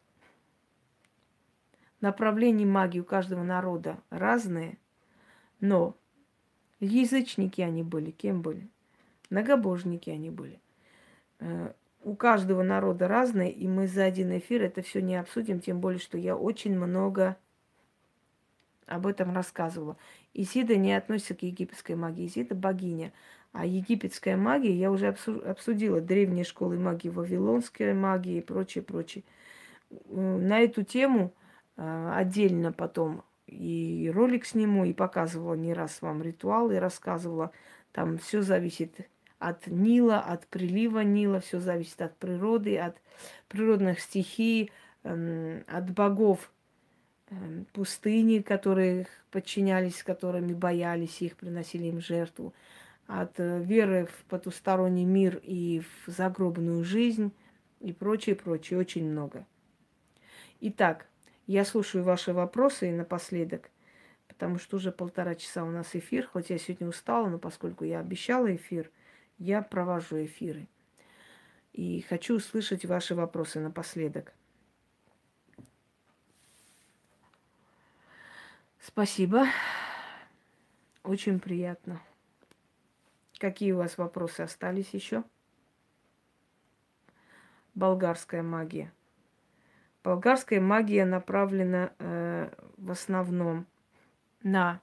направления магии у каждого народа разные, но язычники они были, кем были? Многобожники они были. Э, У каждого народа разные, и мы за один эфир это все не обсудим, тем более, что я очень много об этом рассказывала. Исида не относится к египетской магии. Исида богиня. А египетская магия, я уже обсу- обсудила древние школы магии, вавилонская магия и прочее, прочее. Э, На эту тему э, отдельно потом и ролик сниму, и показывала не раз вам ритуалы, рассказывала. Там все зависит от Нила, от прилива Нила, все зависит от природы, от природных стихий, эм, от богов эм, пустыни, которых подчинялись, которыми боялись их, приносили им жертву, от э, веры в потусторонний мир и в загробную жизнь и прочее, прочее, очень много. Итак, я слушаю ваши вопросы и напоследок, потому что уже полтора часа у нас эфир, хоть я сегодня устала, но поскольку я обещала эфир, я провожу эфиры. И хочу услышать ваши вопросы напоследок. Спасибо. Очень приятно. Какие у вас вопросы остались еще? Болгарская магия. Болгарская магия направлена э, в основном на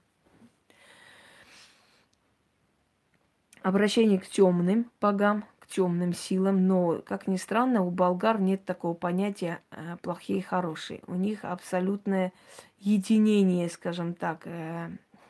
обращение к темным богам, к темным силам, но, как ни странно, у болгар нет такого понятия э, плохие и хорошие. У них абсолютное единение, скажем так, э,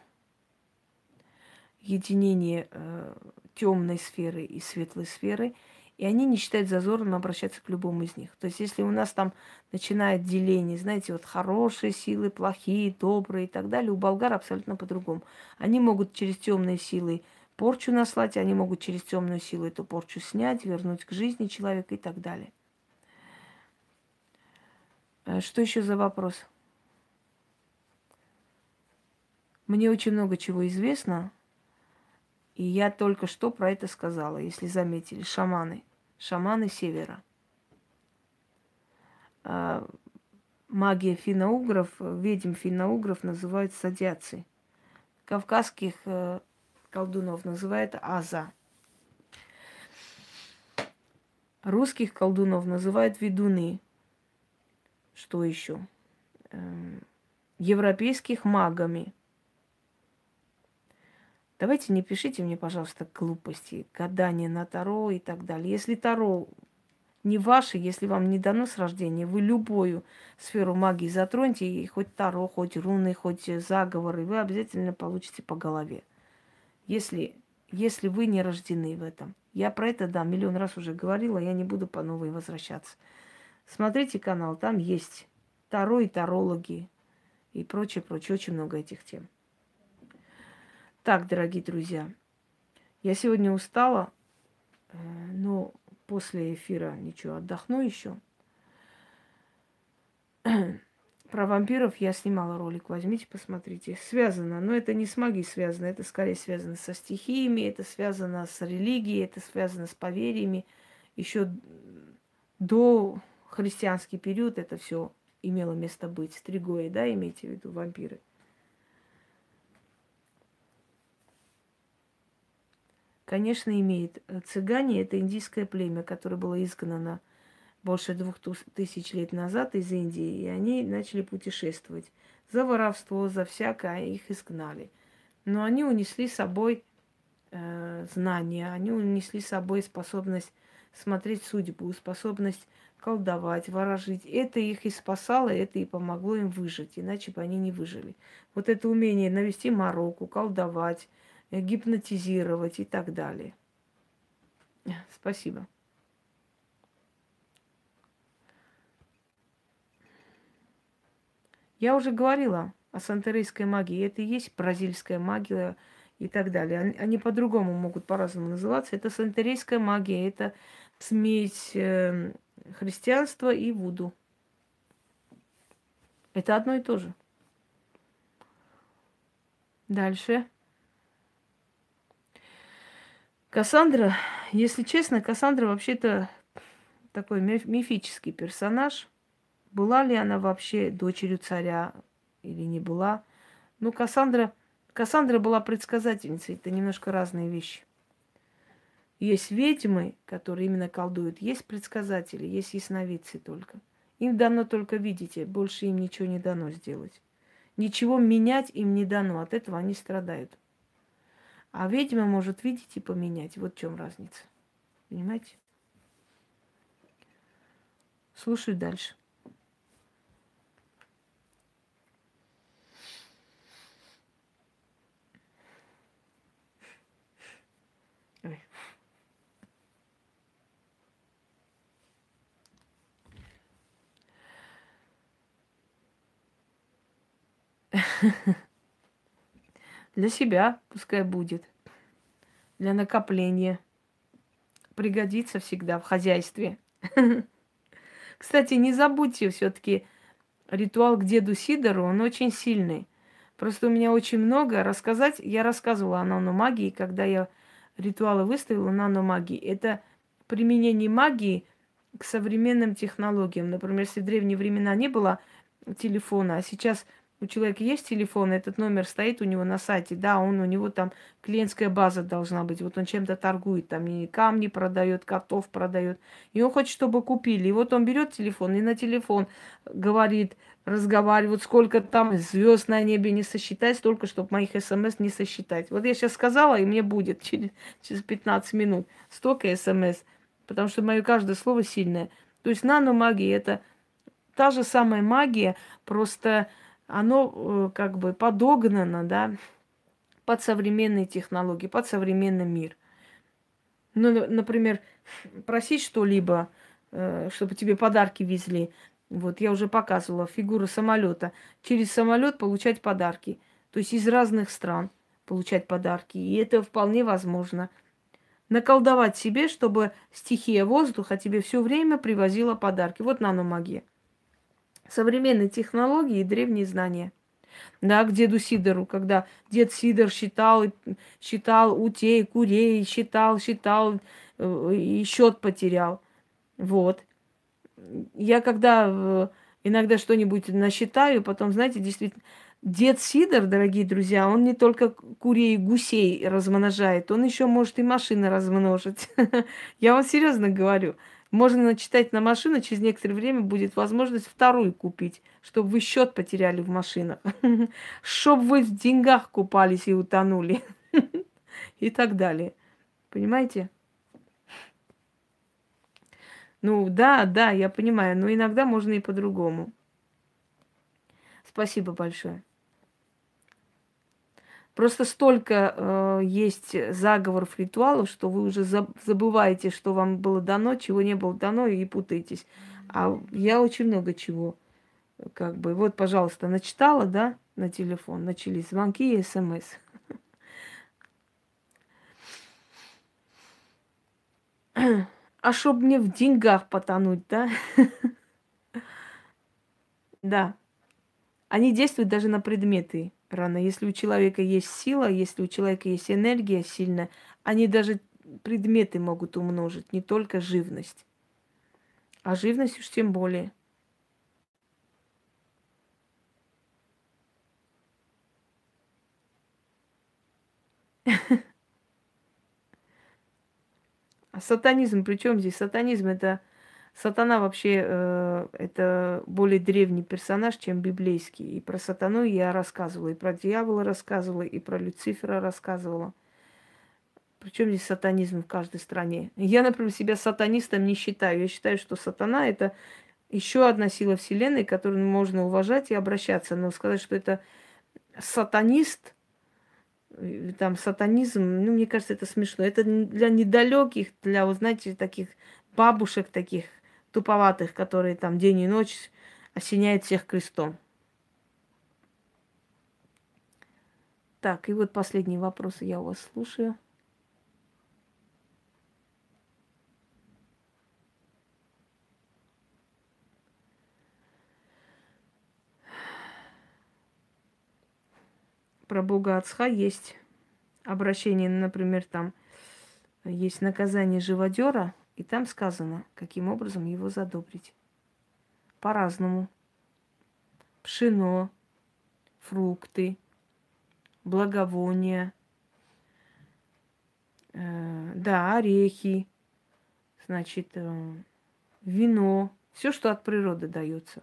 единение э, темной сферы и светлой сферы, и они не считают зазорным обращаться к любому из них. То есть, если у нас там начинает деление, знаете, вот хорошие силы, плохие, добрые и так далее, у болгар абсолютно по-другому. Они могут через темные силы порчу наслать, они могут через темную силу эту порчу снять, вернуть к жизни человека и так далее. Э, Что еще за вопрос? Мне очень много чего известно, и я только что про это сказала, если заметили. Шаманы. Шаманы севера. А, магия финно-угров, ведьм финно-угров называют садяци. Кавказских э, колдунов называют аза. Русских колдунов называют ведуны. Что еще? Эм, Европейских магами. Давайте не пишите мне, пожалуйста, глупости, гадания на Таро и так далее. Если Таро не ваше, если вам не дано с рождения, вы любую сферу магии затроньте, и хоть Таро, хоть руны, хоть заговоры, вы обязательно получите по голове. Если, если вы не рождены в этом. Я про это, да, миллион раз уже говорила, я не буду по новой возвращаться. Смотрите канал, там есть Таро и тарологи и прочее, прочее, очень много этих тем. Так, дорогие друзья, я сегодня устала, э, но после эфира ничего, отдохну еще. Про вампиров я снимала ролик, возьмите, посмотрите. Связано, но это не с магией связано, это скорее связано со стихиями, это связано с религией, это связано с поверьями. Еще до христианский период это все имело место быть. Стригои, да, имеете в виду, вампиры? Конечно, имеет. Цыгане – это индийское племя, которое было изгнано больше двух тысяч лет назад из Индии, и они начали путешествовать. За воровство, за всякое их изгнали. Но они унесли с собой э, знания, они унесли с собой способность смотреть судьбу, способность колдовать, ворожить. Это их и спасало, это и помогло им выжить, иначе бы они не выжили. Вот это умение навести мороку, колдовать, э, гипнотизировать и так далее. Спасибо. Я уже говорила о сантерийской магии. Это и есть бразильская магия и так далее. Они, они по-другому могут по-разному называться. Это сантерийская магия, это смесь э, христианства и вуду. Это одно и то же. Дальше. Кассандра, если честно, Кассандра вообще-то такой мифический персонаж. Была ли она вообще дочерью царя или не была? Ну, Кассандра, Кассандра была предсказательницей. Это немножко разные вещи. Есть ведьмы, которые именно колдуют, есть предсказатели, есть ясновидцы только. Им дано только видеть, больше им ничего не дано сделать. Ничего менять им не дано, от этого они страдают. А ведьма может видеть и поменять. Вот в чем разница. Понимаете? Слушай дальше. Ой. Для себя пускай будет. Для накопления. Пригодится всегда в хозяйстве. Кстати, не забудьте все-таки ритуал к деду Сидору, он очень сильный. Просто у меня очень много рассказать. Я рассказывала о наномагии, когда я ритуалы выставила наномагии. Это применение магии к современным технологиям. Например, если в древние времена не было телефона, а сейчас у человека есть телефон, этот номер стоит у него на сайте, да, он у него там клиентская база должна быть, вот он чем-то торгует, там и камни продает, котов продает, и он хочет, чтобы купили. И вот он берет телефон и на телефон говорит, разговаривает, сколько там звезд на небе не сосчитать, столько, чтобы моих смс не сосчитать. Вот я сейчас сказала, и мне будет через, через пятнадцать минут столько смс, потому что мое каждое слово сильное. То есть наномагия – это та же самая магия, просто оно э, как бы подогнано, да, под современные технологии, под современный мир. Ну, например, просить что-либо, э, чтобы тебе подарки везли. Вот, я уже показывала фигуру самолета. Через самолет получать подарки. То есть из разных стран получать подарки. И это вполне возможно. Наколдовать себе, чтобы стихия воздуха тебе все время привозила подарки. Вот наномагия. Современные технологии и древние знания. Да, к деду Сидору, когда дед Сидор считал, считал утей, курей, считал, считал, э, и счет потерял. Вот. Я когда э, иногда что-нибудь насчитаю, потом, знаете, действительно, дед Сидор, дорогие друзья, он не только курей и гусей размножает, он еще может и машины размножить. Я вам серьезно говорю. Можно начитать на машину, через некоторое время будет возможность вторую купить, чтобы вы счет потеряли в машинах, чтобы вы в деньгах купались и утонули и так далее. Понимаете? Ну да, да, я понимаю, но иногда можно и по-другому. Спасибо большое. Просто столько э, есть заговоров, ритуалов, что вы уже забываете, что вам было дано, чего не было дано, и путаетесь. А я очень много чего. Как бы, вот, пожалуйста, начитала, да, на телефон, начались звонки и смс. А чтоб мне в деньгах потонуть, да? Да. Они действуют даже на предметы рано. Если у человека есть сила, если у человека есть энергия сильная, они даже предметы могут умножить, не только живность. А живность уж тем более. сатанизм, при чем здесь? Сатанизм это... Сатана вообще э, это более древний персонаж, чем библейский. И про сатану я рассказывала, и про дьявола рассказывала, и про Люцифера рассказывала. Причем здесь сатанизм в каждой стране. Я, например, себя сатанистом не считаю. Я считаю, что сатана это еще одна сила Вселенной, которую можно уважать и обращаться. Но сказать, что это сатанист, э, там сатанизм, ну, мне кажется, это смешно. Это для недалеких, для, вы знаете, таких бабушек, таких туповатых, которые там день и ночь осеняют всех крестом. Так, и вот последние вопросы я у вас слушаю. Про бога Ацха есть обращение, например, там есть наказание живодера, и там сказано, каким образом его задобрить. По-разному. Пшено, фрукты, благовония, э, да, орехи, значит, э, вино, все, что от природы дается.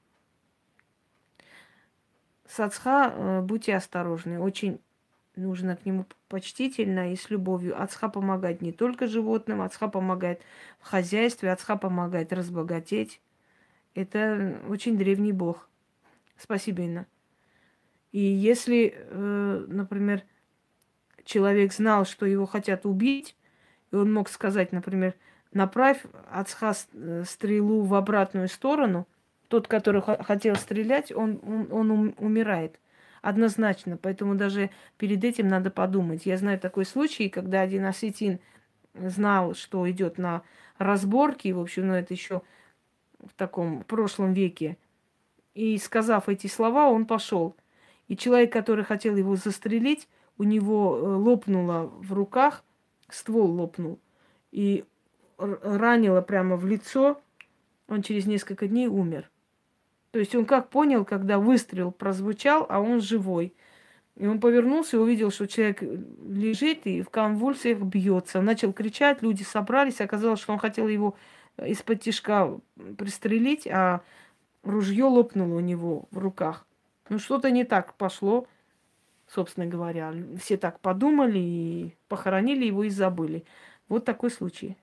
С Ацха э, будьте осторожны, очень нужно к нему почтительно и с любовью. Ацха помогает не только животным, Ацха помогает в хозяйстве, Ацха помогает разбогатеть. Это очень древний бог. Спасибо, Инна. И если, э, например, человек знал, что его хотят убить, и он мог сказать, например, направь Ацха стрелу в обратную сторону, тот, который хотел стрелять, он, он, он умирает. Однозначно. Поэтому даже перед этим надо подумать. Я знаю такой случай, когда один осетин знал, что идет на разборки, в общем, ну это еще в таком прошлом веке. И сказав эти слова, он пошел. И человек, который хотел его застрелить, у него лопнуло в руках, ствол лопнул. И ранило прямо в лицо. Он через несколько дней умер. То есть он как понял, когда выстрел прозвучал, а он живой. И он повернулся и увидел, что человек лежит и в конвульсиях бьется. Он начал кричать, люди собрались. Оказалось, что он хотел его из-под тишка пристрелить, а ружье лопнуло у него в руках. Ну, что-то не так пошло, собственно говоря. Все так подумали и похоронили его и забыли. Вот такой случай.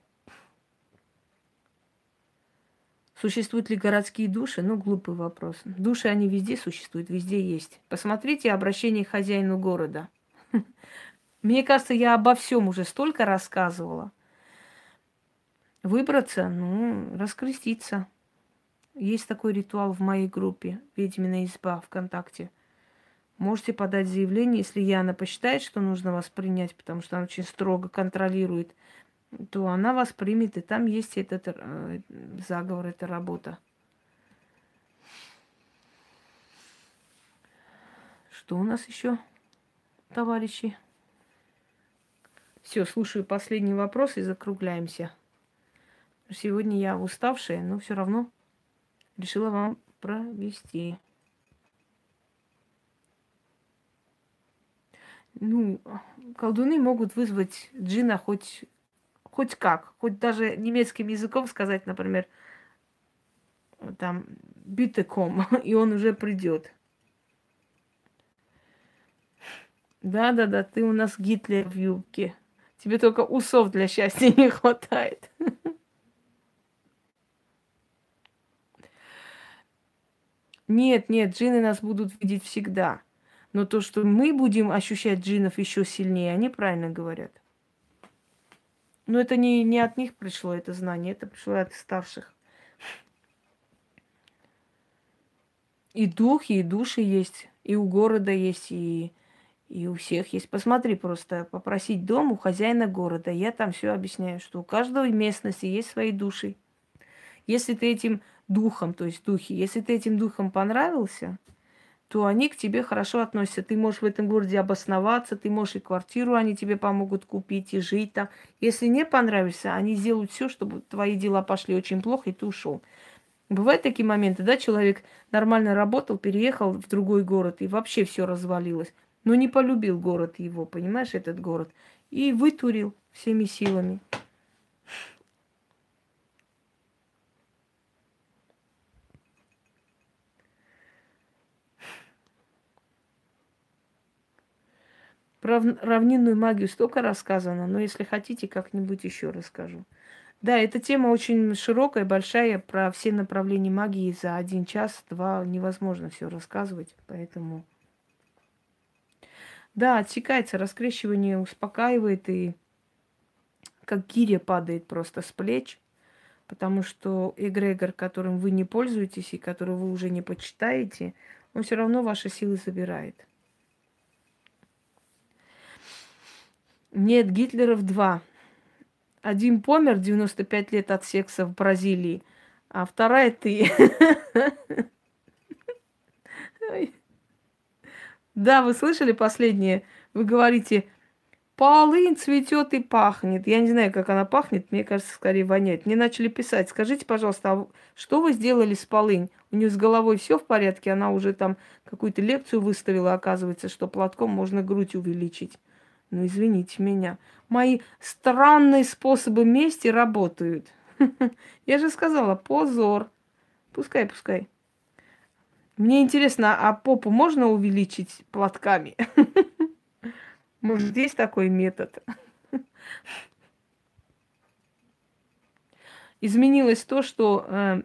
Существуют ли городские души? Ну, глупый вопрос. Души, они везде существуют, везде есть. Посмотрите обращение к хозяину города. Мне кажется, я обо всем уже столько рассказывала. Выбраться, ну, раскреститься. Есть такой ритуал в моей группе «Ведьмина изба» ВКонтакте. Можете подать заявление, если Яна посчитает, что нужно вас принять, потому что она очень строго контролирует, то она вас примет, и там есть этот э, заговор, эта работа. Что у нас еще, товарищи? Все, слушаю последний вопрос и закругляемся. Сегодня я уставшая, но все равно решила вам провести. Ну, колдуны могут вызвать джина хоть, хоть как, хоть даже немецким языком сказать, например, там, битеком, и он уже придет. Да-да-да, ты у нас Гитлер в юбке. Тебе только усов для счастья не хватает. Нет, нет, джинны нас будут видеть всегда. Но то, что мы будем ощущать джиннов еще сильнее, они правильно говорят. Но это не, не от них пришло, это знание, это пришло от старших. И духи, и души есть, и у города есть, и, и у всех есть. Посмотри просто, попросить дом у хозяина города. Я там все объясняю, что у каждой местности есть свои души. Если ты этим духом, то есть духи, если ты этим духом понравился, то они к тебе хорошо относятся. Ты можешь в этом городе обосноваться, ты можешь и квартиру, они тебе помогут купить и жить там. Если не понравишься, они сделают все, чтобы твои дела пошли очень плохо, и ты ушел. Бывают такие моменты, да, человек нормально работал, переехал в другой город, и вообще все развалилось. Но не полюбил город его, понимаешь, этот город. И вытурил всеми силами. Про вн- равнинную магию столько рассказано, но если хотите, как-нибудь еще расскажу. Да, эта тема очень широкая, большая, про все направления магии за один час-два невозможно все рассказывать, поэтому... Да, отсекается, раскрещивание успокаивает, и как гиря падает просто с плеч, потому что эгрегор, которым вы не пользуетесь и который вы уже не почитаете, он все равно ваши силы забирает. Нет, Гитлеров два. Один помер девяносто пять лет от секса в Бразилии, а вторая ты. Да, вы слышали последнее? Вы говорите, полынь цветет и пахнет. Я не знаю, как она пахнет, мне кажется, скорее воняет. Мне начали писать, скажите, пожалуйста, а что вы сделали с полынь? У нее с головой все в порядке, она уже там какую-то лекцию выставила, оказывается, что платком можно грудь увеличить. Ну, извините меня. Мои странные способы мести работают. Я же сказала, позор. Пускай, пускай. Мне интересно, а попу можно увеличить платками? Может, есть такой метод? Изменилось то, что э,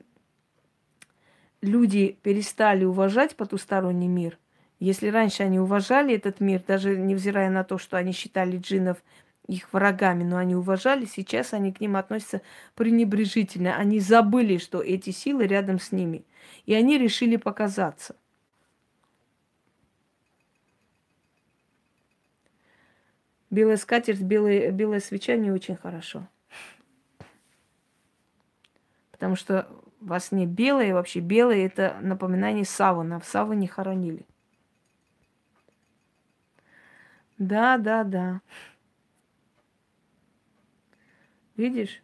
люди перестали уважать потусторонний мир. Если раньше они уважали этот мир, даже невзирая на то, что они считали джиннов их врагами, но они уважали, сейчас они к ним относятся пренебрежительно. Они забыли, что эти силы рядом с ними. И они решили показаться. Белая скатерть, белая, белая свеча не очень хорошо. Потому что во сне белое, вообще белое, это напоминание савана. В саване хоронили. Да, да, да. Видишь?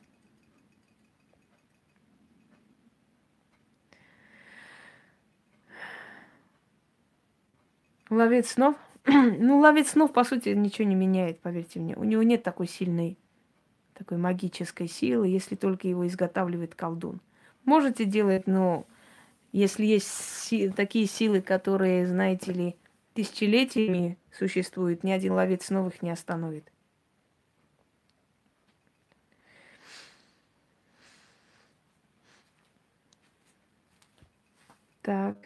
Ловец снов? Ну, ловец снов, по сути, ничего не меняет, поверьте мне. У него нет такой сильной, такой магической силы, если только его изготавливает колдун. Можете делать, но если есть си- такие силы, которые, знаете ли, тысячелетиями существуют, ни один ловец снов их не остановит. Так.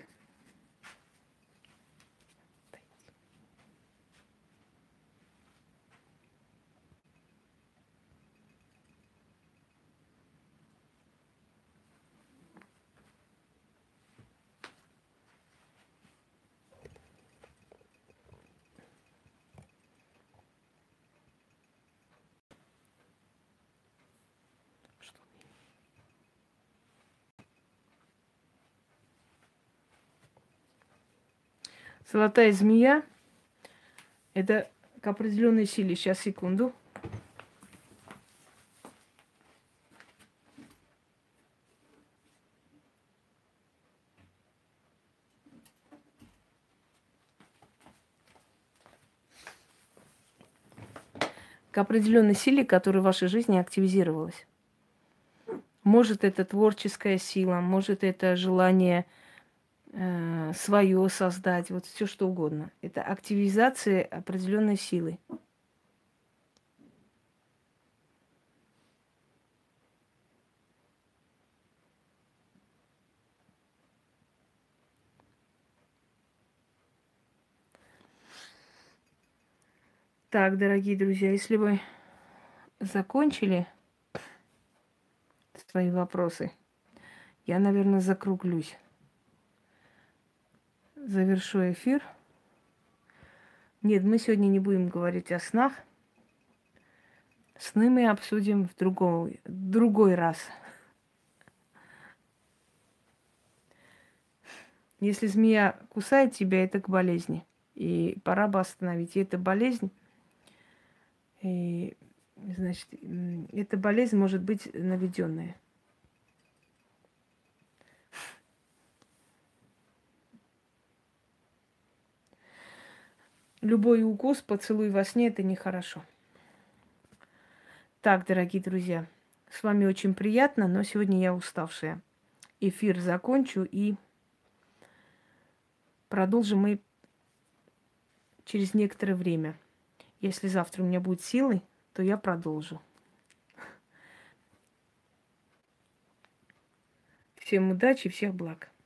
Золотая змея. Это к определенной силе. Сейчас, секунду. К определенной силе, которая в вашей жизни активизировалась. Может, это творческая сила, может, это желание э, свое создать, вот все что угодно. Это активизация определенной силы. Так, дорогие друзья, если вы закончили свои вопросы, я, наверное, закруглюсь. Завершу эфир. Нет, мы сегодня не будем говорить о снах. Сны мы обсудим в другой, другой раз. Если змея кусает тебя, это к болезни. И пора бы остановить. И эта болезнь, и, значит, м, эта болезнь может быть наведенная. Любой укус, поцелуй во сне – это нехорошо. Так, дорогие друзья, с вами очень приятно, но сегодня я уставшая. Эфир закончу и продолжим мы через некоторое время. Если завтра у меня будет силы, то я продолжу. Всем удачи, всех благ.